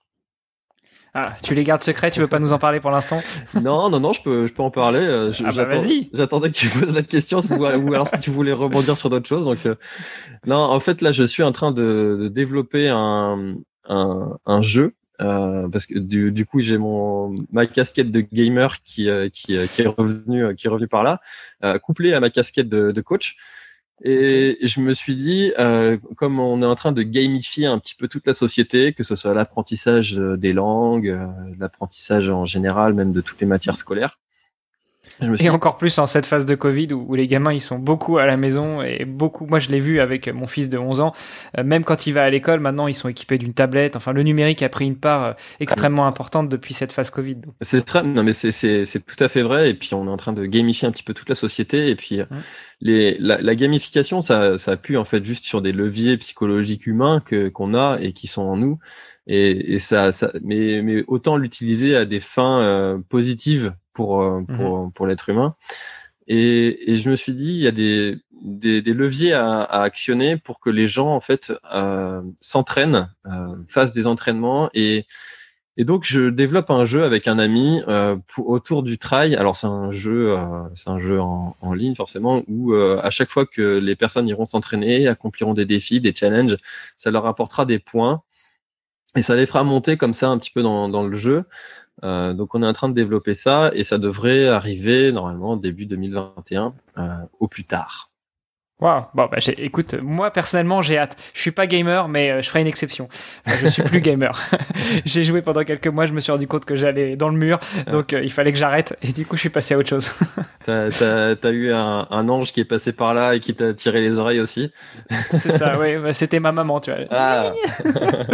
Ah, tu les gardes secrets, tu veux pas nous en parler pour l'instant? Non, non, non, je peux, je peux en parler. Je, ah bah j'attends, vas-y. J'attendais que tu poses la question, ou alors si tu voulais rebondir sur d'autres choses. Donc, euh, non, en fait, là, je suis en train de, de développer un, un, un jeu. Euh, parce que du, du coup j'ai mon ma casquette de gamer qui euh, qui, euh, qui est revenu euh, qui est revenu par là, euh, couplée à ma casquette de, de coach. Et okay. Je me suis dit, euh, comme on est en train de gamifier un petit peu toute la société, que ce soit l'apprentissage des langues, euh, l'apprentissage en général, même de toutes les matières scolaires. Je me suis... Et encore plus en cette phase de Covid où, où les gamins ils sont beaucoup à la maison et beaucoup. Moi je l'ai vu avec mon fils de onze ans. Euh, même quand il va à l'école, maintenant ils sont équipés d'une tablette. Enfin le numérique a pris une part euh, extrêmement importante depuis cette phase Covid. Donc. C'est très, non mais c'est c'est c'est tout à fait vrai. Et puis on est en train de gamifier un petit peu toute la société. Et puis mmh. les la, la gamification ça ça appuie en fait juste sur des leviers psychologiques humains que qu'on a et qui sont en nous. Et, et ça, ça, mais, mais autant l'utiliser à des fins euh, positives pour euh, pour mmh. pour l'être humain. Et, et je me suis dit, il y a des des, des leviers à, à actionner pour que les gens en fait euh, s'entraînent, euh, fassent des entraînements et et donc je développe un jeu avec un ami euh, pour, autour du trail. Alors c'est un jeu, euh, c'est un jeu en, en ligne forcément où euh, à chaque fois que les personnes iront s'entraîner, accompliront des défis, des challenges, ça leur apportera des points. Et ça les fera monter comme ça un petit peu dans, dans le jeu. Euh, donc on est en train de développer ça et ça devrait arriver normalement début deux mille vingt et un euh, au plus tard. Waouh, bon bah j'ai, écoute, moi personnellement j'ai hâte. Je suis pas gamer, mais euh, je ferai une exception. Enfin, je suis plus gamer. J'ai joué pendant quelques mois, je me suis rendu compte que j'allais dans le mur, donc euh, il fallait que j'arrête. Et du coup, je suis passé à autre chose. t'as, t'as, t'as eu un, un ange qui est passé par là et qui t'a tiré les oreilles aussi. C'est ça, oui. Bah, c'était ma maman, tu vois. Ah.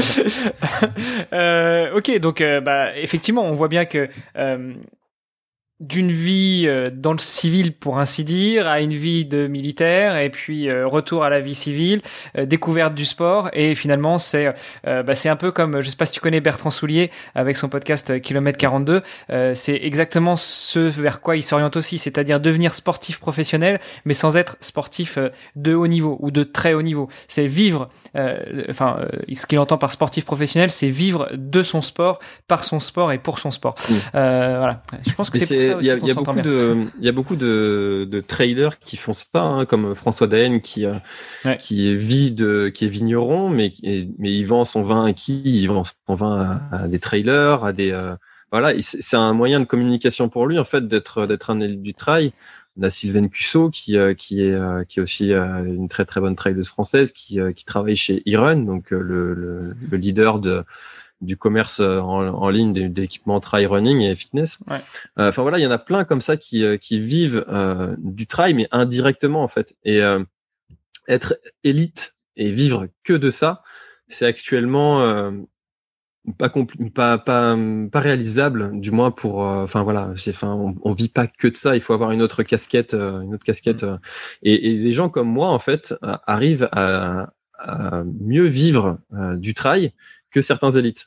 euh, ok, donc euh, bah effectivement, on voit bien que. Euh, d'une vie euh, dans le civil pour ainsi dire à une vie de militaire et puis euh, retour à la vie civile, euh, découverte du sport et finalement c'est euh, bah, c'est un peu comme, je sais pas si tu connais Bertrand Soulier avec son podcast euh, Kilomètre quarante-deux, euh, c'est exactement ce vers quoi il s'oriente aussi, c'est-à-dire devenir sportif professionnel mais sans être sportif euh, de haut niveau ou de très haut niveau. C'est vivre, euh, enfin euh, ce qu'il entend par sportif professionnel, c'est vivre de son sport, par son sport et pour son sport. Mmh. Euh, voilà, je pense que c'est, c'est Il y a, y a beaucoup de, il y a beaucoup de, de trailers qui font ça, hein, comme François Daen qui, euh, ouais. qui vit de, qui est vigneron, mais, mais il vend son vin à qui? Il vend son vin à, à des trailers, à des, euh, voilà. C'est un moyen de communication pour lui, en fait, d'être, d'être un élite du trail. On a Sylvaine Cussot qui, euh, qui est, euh, qui est aussi euh, une très très bonne traileuse française qui, euh, qui travaille chez eRun, donc euh, le, le, le leader de du commerce en, en ligne d'équipements trail running et fitness. Ouais. Euh, enfin voilà, il y en a plein comme ça qui qui vivent euh, du trail mais indirectement en fait. Et euh, être élite et vivre que de ça, c'est actuellement euh, pas compl- pas pas pas réalisable, du moins pour. Enfin euh, voilà, enfin on, on vit pas que de ça. Il faut avoir une autre casquette, euh, une autre casquette. Euh, et, et des gens comme moi en fait euh, arrivent à, à mieux vivre euh, du trail que certains élites.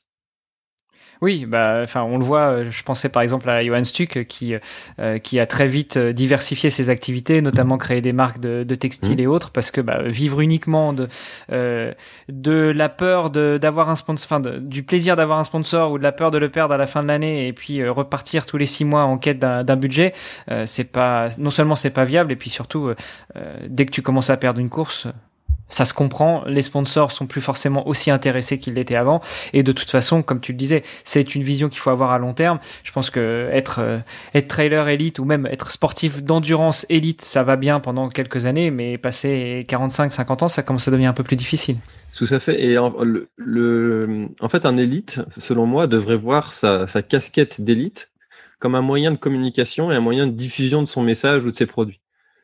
Oui, bah, enfin, on le voit. Je pensais par exemple à Johan Stuck qui euh, qui a très vite diversifié ses activités, notamment créé des marques de, de textiles mmh. et autres, parce que bah, vivre uniquement de euh, de la peur de d'avoir un sponsor, enfin de, du plaisir d'avoir un sponsor ou de la peur de le perdre à la fin de l'année, et puis euh, repartir tous les six mois en quête d'un, d'un budget, euh, c'est pas non seulement c'est pas viable, et puis surtout euh, dès que tu commences à perdre une course. Ça se comprend, les sponsors sont plus forcément aussi intéressés qu'ils l'étaient avant, et de toute façon, comme tu le disais, c'est une vision qu'il faut avoir à long terme. Je pense que être euh, être trailer élite ou même être sportif d'endurance élite, ça va bien pendant quelques années, mais passer quarante-cinq cinquante ans, ça commence à devenir un peu plus difficile. Tout à fait. Et en, le, le, en fait, un élite, selon moi, devrait voir sa, sa casquette d'élite comme un moyen de communication et un moyen de diffusion de son message ou de ses produits.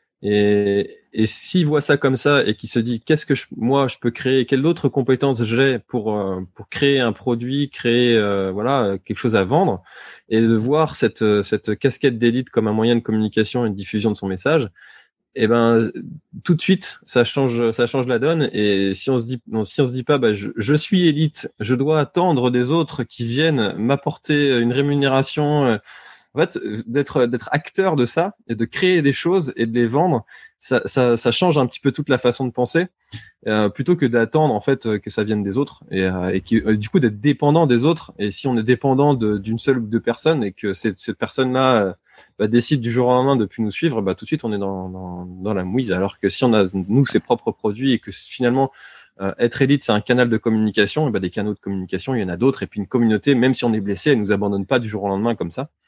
Et, et s'il voit ça comme ça et qu'il se dit qu'est-ce que je, moi je peux créer, quelles autres compétences j'ai pour euh, pour créer un produit, créer euh, voilà quelque chose à vendre, et de voir cette cette casquette d'élite comme un moyen de communication et de diffusion de son message, et ben tout de suite ça change ça change la donne. Et si on se dit non, si on se dit pas bah je, je suis élite, je dois attendre des autres qui viennent m'apporter une rémunération. Euh, En fait, d'être d'être acteur de ça et de créer des choses et de les vendre, ça ça, ça change un petit peu toute la façon de penser, euh, plutôt que d'attendre en fait que ça vienne des autres et, euh, et qui, euh, du coup d'être dépendant des autres. Et si on est dépendant de, d'une seule ou deux personnes et que cette, cette personne-là euh, bah, décide du jour au lendemain de plus nous suivre, bah tout de suite on est dans dans, dans la mouise. Alors que si on a nous ses propres produits et que finalement Euh, être élite, c'est un canal de communication, et bah, des canaux de communication, il y en a d'autres. Et puis une communauté, même si on est blessé, elle nous abandonne pas du jour au lendemain comme ça.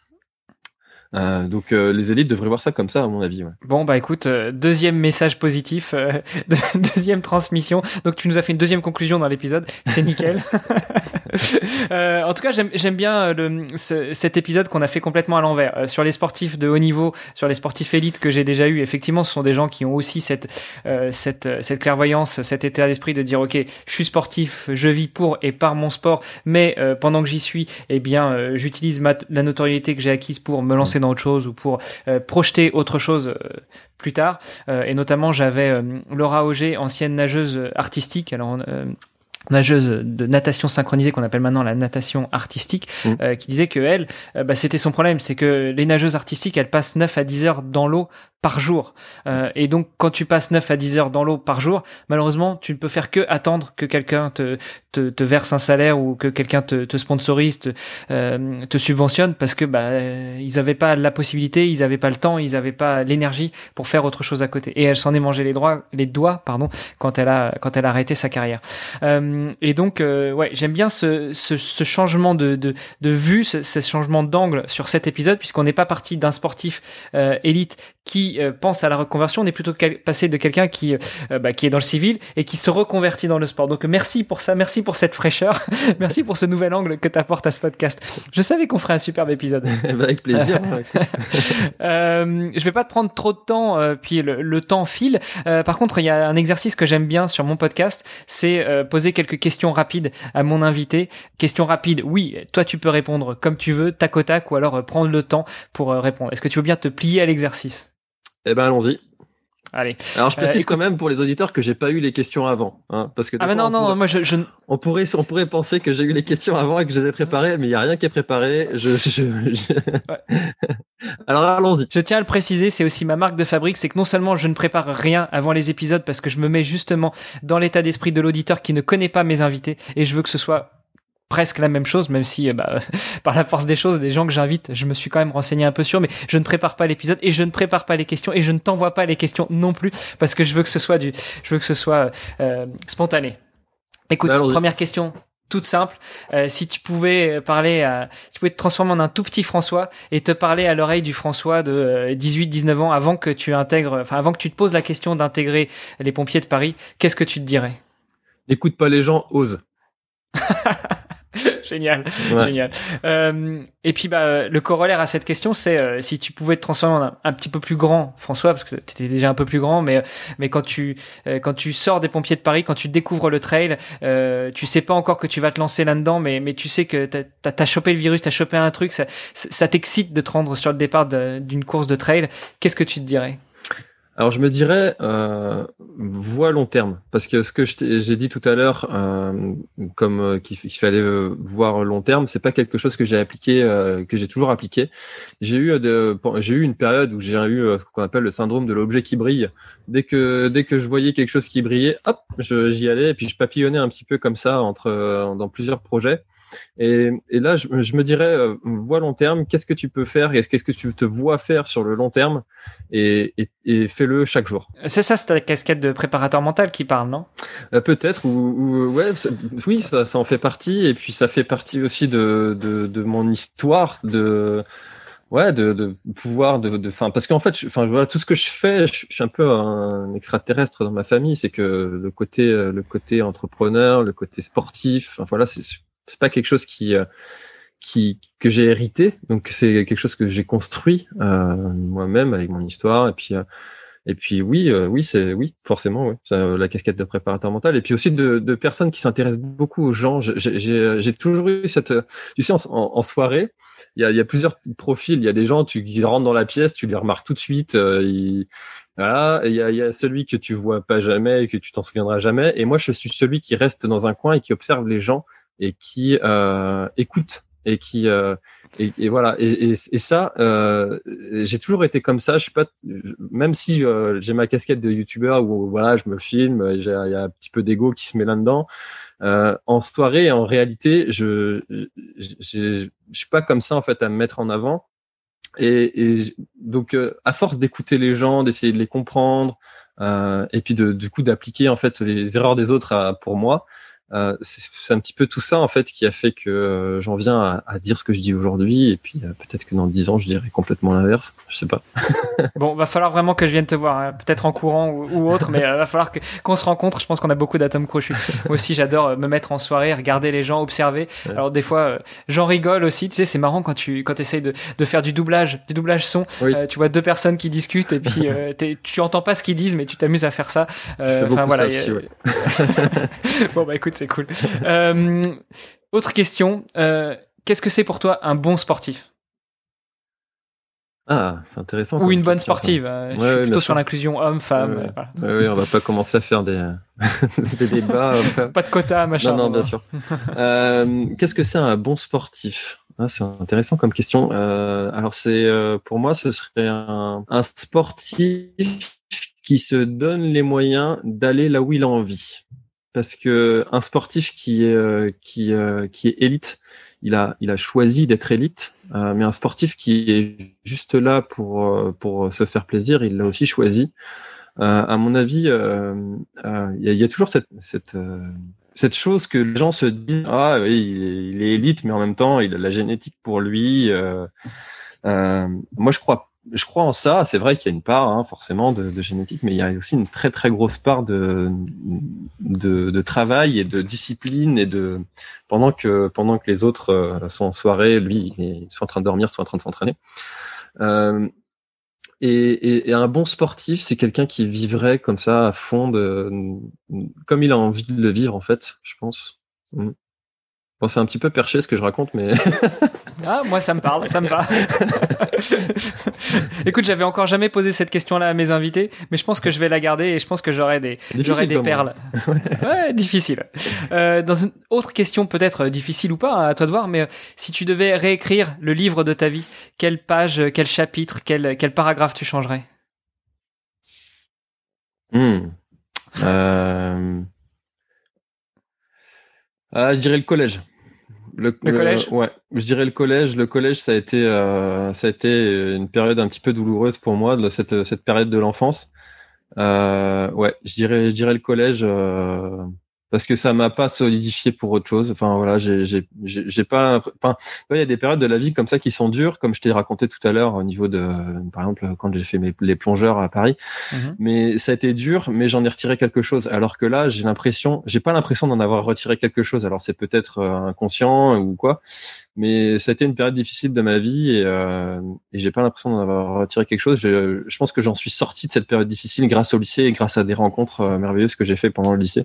Euh, donc euh, les élites devraient voir ça comme ça, à mon avis. Ouais. Bon bah écoute, euh, deuxième message positif, euh, deuxième transmission. Donc tu nous as fait une deuxième conclusion dans l'épisode, c'est nickel. euh, en tout cas, j'aime, j'aime bien le, ce, cet épisode qu'on a fait complètement à l'envers. Euh, sur les sportifs de haut niveau, sur les sportifs élites que j'ai déjà eu, effectivement, ce sont des gens qui ont aussi cette euh, cette cette clairvoyance, cet état d'esprit de dire ok, je suis sportif, je vis pour et par mon sport, mais euh, pendant que j'y suis, eh bien, euh, j'utilise ma, la notoriété que j'ai acquise pour me lancer dans autre chose ou pour euh, projeter autre chose euh, plus tard. Euh, et notamment, j'avais euh, Laura Auger, ancienne nageuse artistique. Alors, euh, nageuse de natation synchronisée qu'on appelle maintenant la natation artistique, mmh. euh, qui disait que elle, euh, bah, c'était son problème, c'est que les nageuses artistiques, elles passent neuf à dix heures dans l'eau par jour. Euh, et donc, quand tu passes neuf à dix heures dans l'eau par jour, malheureusement, tu ne peux faire que attendre que quelqu'un te, te, te verse un salaire ou que quelqu'un te, te sponsorise, te, euh, te subventionne, parce que bah, euh, ils avaient pas la possibilité, ils avaient pas le temps, ils avaient pas l'énergie pour faire autre chose à côté. Et elle s'en est mangé les doigts, les doigts, pardon, quand elle a, quand elle a arrêté sa carrière. Euh, et donc, euh, ouais, j'aime bien ce, ce, ce changement de, de, de vue, ce, ce changement d'angle sur cet épisode, puisqu'on n'est pas parti d'un sportif euh, élite qui qui euh, pense à la reconversion. On est plutôt quel- passé de quelqu'un qui, euh, bah, qui est dans le civil et qui se reconvertit dans le sport. Donc merci pour ça, merci pour cette fraîcheur, merci pour ce nouvel angle que tu apportes à ce podcast. Je savais qu'on ferait un superbe épisode. Avec plaisir. euh, je vais pas te prendre trop de temps, euh, puis le, le temps file. Euh, par contre, il y a un exercice que j'aime bien sur mon podcast, c'est euh, poser quelques questions rapides à mon invité. Questions rapides, oui, toi tu peux répondre comme tu veux, tac au tac, ou alors euh, prendre le temps pour euh, répondre. Est-ce que tu veux bien te plier à l'exercice? Eh ben allons-y. Allez. Alors je précise euh, écoute... quand même pour les auditeurs que j'ai pas eu les questions avant, hein, parce que ah mais non non, pourrait... moi je, je on pourrait on pourrait penser que j'ai eu les questions avant et que je les ai préparées, mais il y a rien qui est préparé. Je, je, je... Ouais. Alors allons-y. Je tiens à le préciser, c'est aussi ma marque de fabrique, c'est que non seulement je ne prépare rien avant les épisodes parce que je me mets justement dans l'état d'esprit de l'auditeur qui ne connaît pas mes invités et je veux que ce soit presque la même chose, même si bah, par la force des choses, des gens que j'invite, je me suis quand même renseigné un peu sur, mais je ne prépare pas l'épisode et je ne prépare pas les questions et je ne t'envoie pas les questions non plus parce que je veux que ce soit du, je veux que ce soit euh, spontané. Écoute, bah, première question toute simple. Euh, si tu pouvais parler, à, si tu pouvais te transformer en un tout petit François et te parler à l'oreille du François de dix-huit dix-neuf ans avant que tu intègres, enfin avant que tu te poses la question d'intégrer les pompiers de Paris, qu'est-ce que tu te dirais? N'écoute pas les gens, ose. Génial, ouais. génial. Euh, et puis bah le corollaire à cette question, c'est euh, si tu pouvais te transformer en un, un petit peu plus grand, François, parce que tu étais déjà un peu plus grand, mais mais quand tu euh, quand tu sors des pompiers de Paris, quand tu découvres le trail, euh, tu sais pas encore que tu vas te lancer là-dedans, mais mais tu sais que t'as t'as, t'as chopé le virus, t'as chopé un truc, ça ça t'excite de te rendre sur le départ de, d'une course de trail. Qu'est-ce que tu te dirais? Alors je me dirais euh, voie long terme, parce que ce que je j'ai dit tout à l'heure, euh, comme euh, qu'il, qu'il fallait euh, voir long terme, c'est pas quelque chose que j'ai appliqué, euh, que j'ai toujours appliqué. J'ai eu de, j'ai eu une période où j'ai eu euh, ce qu'on appelle le syndrome de l'objet qui brille. Dès que dès que je voyais quelque chose qui brillait, hop, je, j'y allais et puis je papillonnais un petit peu comme ça entre euh, dans plusieurs projets. Et, et là, je, je me dirais, euh, vois long terme, qu'est-ce que tu peux faire et qu'est-ce que tu te vois faire sur le long terme et, et, et fais-le chaque jour. C'est ça, c'est ta casquette de préparateur mental qui parle, non? euh, Peut-être, ou, ou ouais, oui, ça, ça en fait partie. Et puis ça fait partie aussi de, de, de mon histoire, de ouais, de, de pouvoir, de, de, enfin, parce qu'en fait, enfin, voilà, tout ce que je fais, je, je suis un peu un extraterrestre dans ma famille. C'est que le côté, le côté entrepreneur, le côté sportif, enfin voilà, c'est c'est pas quelque chose qui qui que j'ai hérité, donc c'est quelque chose que j'ai construit euh, moi-même avec mon histoire et puis euh, et puis oui euh, oui c'est oui forcément oui c'est euh, la casquette de préparateur mental et puis aussi de, de personnes qui s'intéressent beaucoup aux gens. J'ai j'ai, j'ai toujours eu cette, tu sais, en, en, en soirée il y a il y a plusieurs profils. Il y a des gens tu qui rentrent dans la pièce, tu les remarques tout de suite. Euh, ils, Voilà, il y a, il y a celui que tu vois pas jamais et que tu t'en souviendras jamais. Et moi, je suis celui qui reste dans un coin et qui observe les gens et qui euh, écoute et qui euh, et, et voilà. Et, et, et ça, euh, j'ai toujours été comme ça. Je suis pas, même si euh, j'ai ma casquette de youtubeur où voilà, je me filme, j'ai, il y a un petit peu d'ego qui se met là-dedans. Euh, en soirée, en réalité, je, je, je, je suis pas comme ça en fait à me mettre en avant. Et, et donc, euh, à force d'écouter les gens, d'essayer de les comprendre, euh, et puis de, du coup d'appliquer en fait les erreurs des autres à, pour moi, euh, c'est, c'est un petit peu tout ça en fait qui a fait que euh, j'en viens à, à dire ce que je dis aujourd'hui. Et puis euh, peut-être que dans dix ans, je dirai complètement l'inverse. Je sais pas. Bon, va falloir vraiment que je vienne te voir, hein. Peut-être en courant ou, ou autre, mais euh, va falloir que, qu'on se rencontre. Je pense qu'on a beaucoup d'atomes crochus. Moi aussi, j'adore euh, me mettre en soirée, regarder les gens, observer. Ouais. Alors des fois, euh, j'en rigole aussi. Tu sais, c'est marrant quand tu quand essayes de de faire du doublage, du doublage son. Oui. Euh, tu vois deux personnes qui discutent et puis euh, tu entends pas ce qu'ils disent, mais tu t'amuses à faire ça. Enfin voilà. Ça aussi, ouais. Bon bah écoute, c'est cool. Euh, autre question. Euh, qu'est-ce que c'est pour toi un bon sportif? Ah, c'est intéressant. Ou une bonne sportive. Euh, ouais, je suis ouais, plutôt sur l'inclusion homme-femme. Ouais, ouais. Euh, voilà. ouais, ouais, on va pas commencer à faire des, des débats. Enfin... Pas de quota, machin. Non, non, bien sûr. euh, qu'est-ce que c'est un bon sportif? Ah, c'est intéressant comme question. Euh, alors, c'est euh, pour moi, ce serait un, un sportif qui se donne les moyens d'aller là où il a envie. Parce que un sportif qui est euh, qui euh, qui est élite, il a il a choisi d'être élite, euh, mais un sportif qui est juste là pour euh, pour se faire plaisir, il l'a aussi choisi. Euh, à mon avis, euh, euh, il y, a, il y a toujours cette cette euh, cette chose que les gens se disent, ah oui, il est, il est élite, mais en même temps, il a la génétique pour lui. Euh, euh, moi, je crois je crois en ça. C'est vrai qu'il y a une part, hein, forcément, de, de génétique, mais il y a aussi une très très grosse part de, de, de travail et de discipline et de pendant que pendant que les autres euh, sont en soirée, lui, il est soit en train de dormir, soit en train de s'entraîner. Euh, et, et, et un bon sportif, c'est quelqu'un qui vivrait comme ça à fond, de, comme il a envie de le vivre, en fait, je pense. Mm. Bon, c'est un petit peu perché ce que je raconte, mais ah, moi ça me parle, ça me va. Écoute, j'avais encore jamais posé cette question-là à mes invités, mais je pense que je vais la garder et je pense que j'aurai des, j'aurai des perles. Ouais, difficile. Euh, dans une autre question, peut-être difficile ou pas, hein, à toi de voir, mais euh, si tu devais réécrire le livre de ta vie, quelle page, quel chapitre, quel, quel paragraphe tu changerais? Hmm. Euh... Ah, je dirais le collège. Le, le collège. Le, ouais, je dirais le collège. Le collège, ça a été, euh, ça a été une période un petit peu douloureuse pour moi, de cette cette période de l'enfance. Euh, ouais, je dirais, je dirais le collège euh, parce que ça m'a pas solidifié pour autre chose. Enfin voilà, j'ai, j'ai, j'ai, j'ai pas. Enfin, il y a des périodes de la vie comme ça qui sont dures, comme je t'ai raconté tout à l'heure au niveau de, par exemple, quand j'ai fait mes les plongeurs à Paris. Mm-hmm. Mais ça a été dur, mais j'en ai retiré quelque chose. Alors que là, j'ai l'impression, j'ai pas l'impression d'en avoir retiré quelque chose. Alors c'est peut-être euh, inconscient ou quoi, mais ça a été une période difficile de ma vie et, euh, et j'ai pas l'impression d'en avoir retiré quelque chose. Je, je pense que j'en suis sorti de cette période difficile grâce au lycée et grâce à des rencontres euh, merveilleuses que j'ai fait pendant le lycée.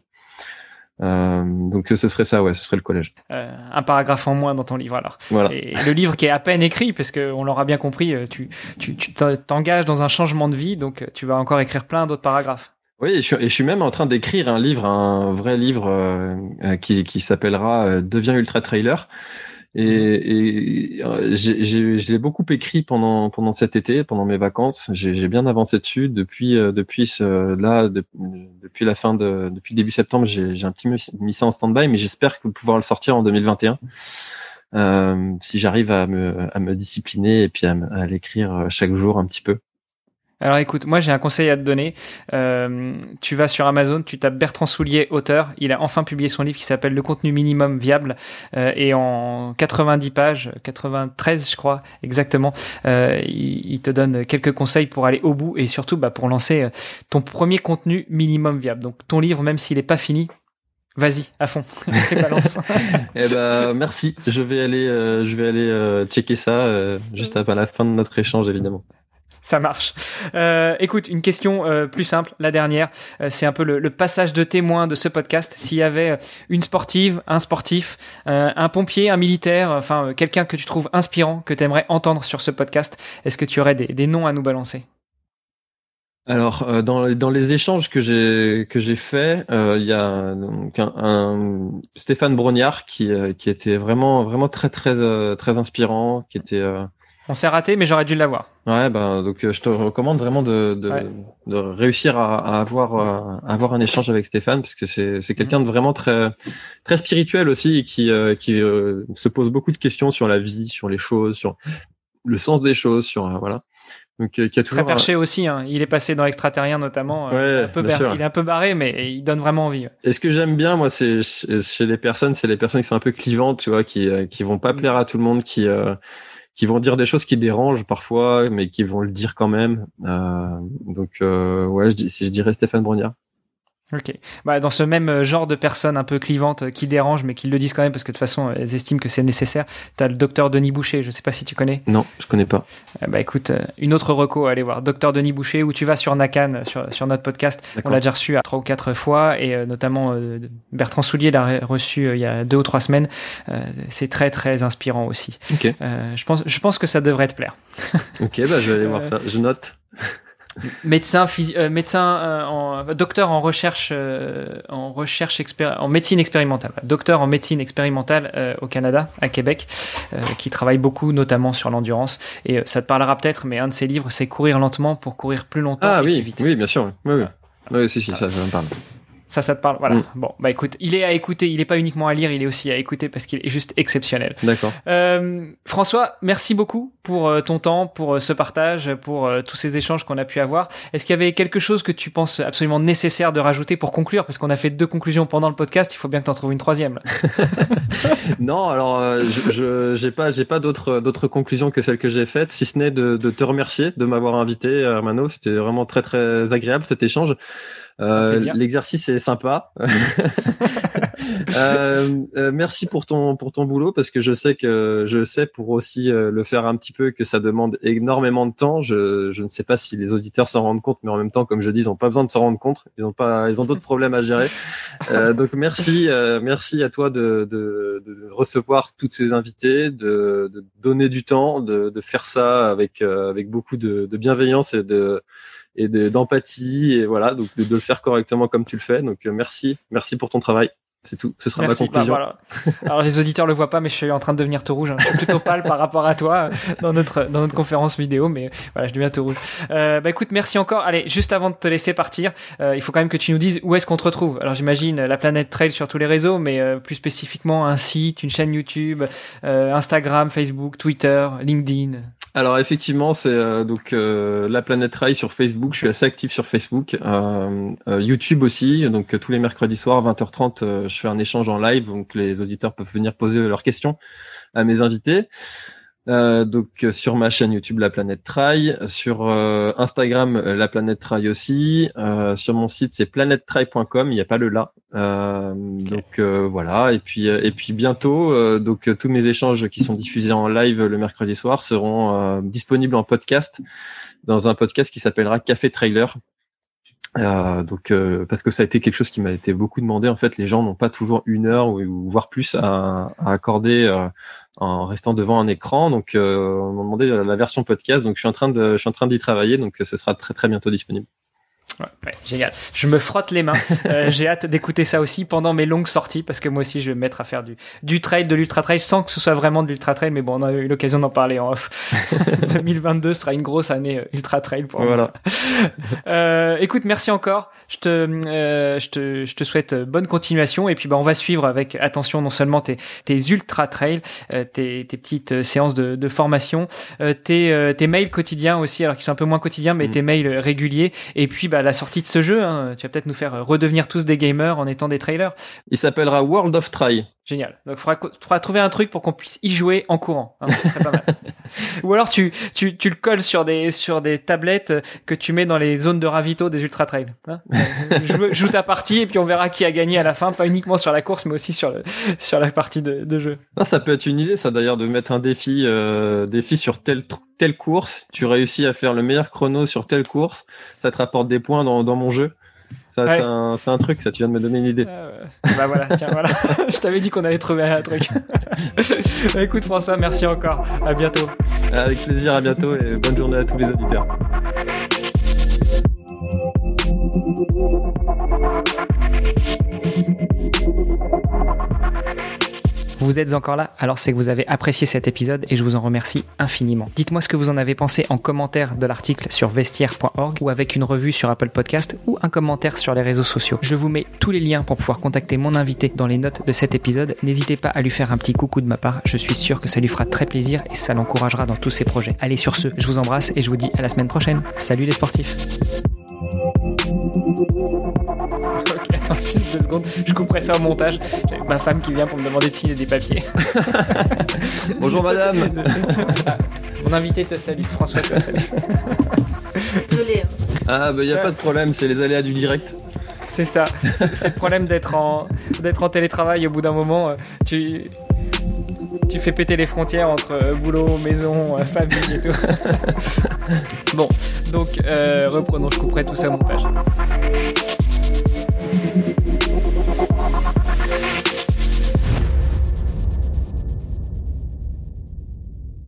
Euh, donc ce serait ça, ouais, ce serait le collège. Euh, un paragraphe en moins dans ton livre alors. Voilà. Et le livre qui est à peine écrit, parce que on l'aura bien compris, tu, tu, tu t'engages dans un changement de vie, donc tu vas encore écrire plein d'autres paragraphes. Oui, et je, suis, et je suis même en train d'écrire un livre, un vrai livre euh, qui, qui s'appellera euh, Deviens Ultra Trailer. Et, et j'ai, j'ai, je l'ai beaucoup écrit pendant pendant cet été, pendant mes vacances. J'ai, j'ai bien avancé dessus depuis euh, depuis ce, là de, depuis la fin de depuis début septembre. J'ai, j'ai un petit peu mis ça en stand-by, mais j'espère que pouvoir le sortir en deux mille vingt et un. Euh, si j'arrive à me à me discipliner et puis à, à l'écrire chaque jour un petit peu. Alors écoute, moi j'ai un conseil à te donner. Euh, tu vas sur Amazon, tu tapes Bertrand Soulier, auteur. Il a enfin publié son livre qui s'appelle Le contenu minimum viable euh, et en quatre-vingt-dix pages, quatre-vingt-treize je crois exactement, euh, il, il te donne quelques conseils pour aller au bout et surtout bah, pour lancer ton premier contenu minimum viable. Donc ton livre, même s'il n'est pas fini, vas-y, à fond, balance. Eh ben, merci. Je vais aller, euh, je vais aller euh, checker ça euh, juste à la fin de notre échange, évidemment. Ça marche. Euh, écoute, une question euh, plus simple, la dernière. Euh, c'est un peu le, le passage de témoin de ce podcast. S'il y avait une sportive, un sportif, euh, un pompier, un militaire, enfin euh, quelqu'un que tu trouves inspirant, que tu aimerais entendre sur ce podcast, est-ce que tu aurais des, des noms à nous balancer ? Alors, euh, dans, dans les échanges que j'ai que j'ai fait, euh, il y a donc un, un Stéphane Brognard qui euh, qui était vraiment vraiment très très euh, très inspirant, qui était. Euh... On s'est raté, mais j'aurais dû l'avoir. Ouais, ben donc euh, je te recommande vraiment de de, ouais. de réussir à, à avoir euh, à avoir un échange avec Stéphane parce que c'est c'est quelqu'un de vraiment très très spirituel aussi et qui euh, qui euh, se pose beaucoup de questions sur la vie, sur les choses, sur le sens des choses, sur euh, voilà. Donc, euh, qui a toujours très perché un... aussi, hein. Il est passé dans Extraterrien notamment. Ouais, euh, il, est un peu bar... il est un peu barré, mais il donne vraiment envie. Et ce que j'aime bien, moi, c'est chez les personnes, c'est les personnes qui sont un peu clivantes, tu vois, qui euh, qui vont pas mmh. plaire à tout le monde, qui euh, qui vont dire des choses qui dérangent parfois, mais qui vont le dire quand même. Euh, donc, euh, ouais, je, je dirais Stéphane Brognard. Ok. Bah, dans ce même genre de personnes un peu clivantes qui dérangent, mais qui le disent quand même parce que de toute façon, elles estiment que c'est nécessaire. T'as le docteur Denis Boucher. Je sais pas si tu connais. Non, je connais pas. Bah, écoute, une autre reco, allez voir. docteur Denis Boucher, ou tu vas sur Nakan, sur, sur notre podcast. D'accord. On l'a déjà reçu à trois ou quatre fois et euh, notamment euh, Bertrand Soulier l'a reçu euh, il y a deux ou trois semaines. Euh, c'est très, très inspirant aussi. Ok. Euh, je pense, je pense que ça devrait te plaire. Ok, bah, je vais aller voir ça. Je note. Médecin, phys- euh, médecin, euh, en, docteur en recherche, euh, en recherche expéri- en médecine expérimentale, docteur en médecine expérimentale euh, au Canada, à Québec, euh, qui travaille beaucoup, notamment sur l'endurance. Et euh, ça te parlera peut-être, mais un de ses livres, c'est Courir lentement pour courir plus longtemps. Ah et oui, plus vite. oui, bien sûr. Oui, oui, oui, si, si, ça, ça me parle. Ça, ça te parle. Voilà. Mm. Bon, bah écoute, il est à écouter. Il est pas uniquement à lire, il est aussi à écouter parce qu'il est juste exceptionnel. D'accord. Euh, François, merci beaucoup pour euh, ton temps, pour euh, ce partage, pour euh, tous ces échanges qu'on a pu avoir. Est-ce qu'il y avait quelque chose que tu penses absolument nécessaire de rajouter pour conclure? Parce qu'on a fait deux conclusions pendant le podcast. Il faut bien que tu en trouves une troisième. Là. Non, alors euh, je, je j'ai pas j'ai pas d'autres d'autres conclusions que celles que j'ai faites, si ce n'est de, de te remercier de m'avoir invité, Armano. C'était vraiment très très agréable cet échange. Euh, l'exercice est sympa. euh, euh, merci pour ton pour ton boulot, parce que je sais que je sais pour aussi euh, le faire un petit peu que ça demande énormément de temps. Je je ne sais pas si les auditeurs s'en rendent compte, mais en même temps, comme je dis, ils ont pas besoin de s'en rendre compte. Ils ont pas ils ont d'autres problèmes à gérer. Euh, donc merci euh, merci à toi de, de de recevoir toutes ces invités, de de donner du temps, de de faire ça avec euh, avec beaucoup de, de bienveillance et de et de, d'empathie, et voilà, donc de, de le faire correctement comme tu le fais. Donc euh, merci, merci pour ton travail. C'est tout. Ce sera merci. Ma conclusion. Bah, voilà. Alors les auditeurs le voient pas, mais je suis en train de devenir tout rouge. Hein. Je suis plutôt pâle par rapport à toi dans notre dans notre conférence vidéo, mais voilà, je deviens tout rouge. Euh, bah écoute, merci encore. Allez, juste avant de te laisser partir, euh, il faut quand même que tu nous dises où est-ce qu'on te retrouve. Alors j'imagine la Planète Trail sur tous les réseaux, mais euh, plus spécifiquement un site, une chaîne YouTube, euh, Instagram, Facebook, Twitter, LinkedIn. Alors effectivement, c'est euh, donc euh, la Planète Trail sur Facebook. Je suis assez actif sur Facebook, euh, euh, YouTube aussi. Donc euh, tous les mercredis soirs, vingt heures trente, euh, je fais un échange en live. Donc les auditeurs peuvent venir poser leurs questions à mes invités. Euh, donc euh, sur ma chaîne YouTube La Planète Trail, sur euh, Instagram euh, La Planète Trail aussi, euh, sur mon site c'est planète trail point com, il n'y a pas le là. Euh, okay. Donc euh, voilà, et puis et puis bientôt euh, donc euh, tous mes échanges qui sont diffusés en live le mercredi soir seront euh, disponibles en podcast dans un podcast qui s'appellera Café Trailer. Euh, donc euh, parce que ça a été quelque chose qui m'a été beaucoup demandé. En fait, les gens n'ont pas toujours une heure ou, ou voire plus à, à accorder euh, en restant devant un écran. Donc euh, on m'a demandé la version podcast. Donc je suis en train de je suis en train d'y travailler. Donc ce sera très très bientôt disponible. Ouais, ouais, génial. Je me frotte les mains. Euh, j'ai hâte d'écouter ça aussi pendant mes longues sorties, parce que moi aussi je vais me mettre à faire du du trail, de l'ultra trail, sans que ce soit vraiment de l'ultra trail. Mais bon, on a eu l'occasion d'en parler en off. deux mille vingt-deux sera une grosse année ultra trail pour moi. Voilà. Euh, écoute, merci encore. Je te euh, je te je te souhaite bonne continuation, et puis bah on va suivre avec attention non seulement tes tes ultra trails, euh, tes tes petites séances de de formation, euh, tes euh, tes mails quotidiens aussi, alors qu'ils sont un peu moins quotidiens, mais mmh. tes mails réguliers, et puis bah la sortie de ce jeu, hein. Tu vas peut-être nous faire redevenir tous des gamers en étant des trailers. Il s'appellera World of Trail. Génial. Donc, il faudra, faudra trouver un truc pour qu'on puisse y jouer en courant. Hein, ce serait pas mal. Ou alors, tu, tu, tu le colles sur des, sur des tablettes que tu mets dans les zones de ravito des ultra trails. Hein, joue, joue ta partie, et puis on verra qui a gagné à la fin, pas uniquement sur la course, mais aussi sur le, sur la partie de, de jeu. Ah, ça peut être une idée, ça, d'ailleurs, de mettre un défi, euh, défi sur tel telle course. Tu réussis à faire le meilleur chrono sur telle course. Ça te rapporte des points dans, dans mon jeu. Ça, ouais. c'est, un, c'est un truc, ça, tu viens de me donner une idée. Euh, bah voilà, tiens, voilà. Je t'avais dit qu'on allait trouver un truc. Écoute, François, merci encore. À bientôt. Avec plaisir, à bientôt, et bonne journée à tous les auditeurs. Vous êtes encore là, alors c'est que vous avez apprécié cet épisode, et je vous en remercie infiniment. Dites-moi ce que vous en avez pensé en commentaire de l'article sur vestiaire point org, ou avec une revue sur Apple Podcast, ou un commentaire sur les réseaux sociaux. Je vous mets tous les liens pour pouvoir contacter mon invité dans les notes de cet épisode. N'hésitez pas à lui faire un petit coucou de ma part, je suis sûr que ça lui fera très plaisir et ça l'encouragera dans tous ses projets. Allez, sur ce, je vous embrasse et je vous dis à la semaine prochaine. Salut les sportifs. Ok, attends juste deux secondes, je couperai ça au montage. J'ai ma femme qui vient pour me demander de signer des papiers. Bonjour madame. Mon invité te salue, François te salue. Désolé. Ah bah y a pas de problème, c'est les aléas du direct. C'est ça, c'est, c'est le problème d'être en, d'être en télétravail. Au bout d'un moment, tu, tu fais péter les frontières entre boulot, maison, famille et tout. Bon, donc euh, reprenons, je couperai tout ça au montage.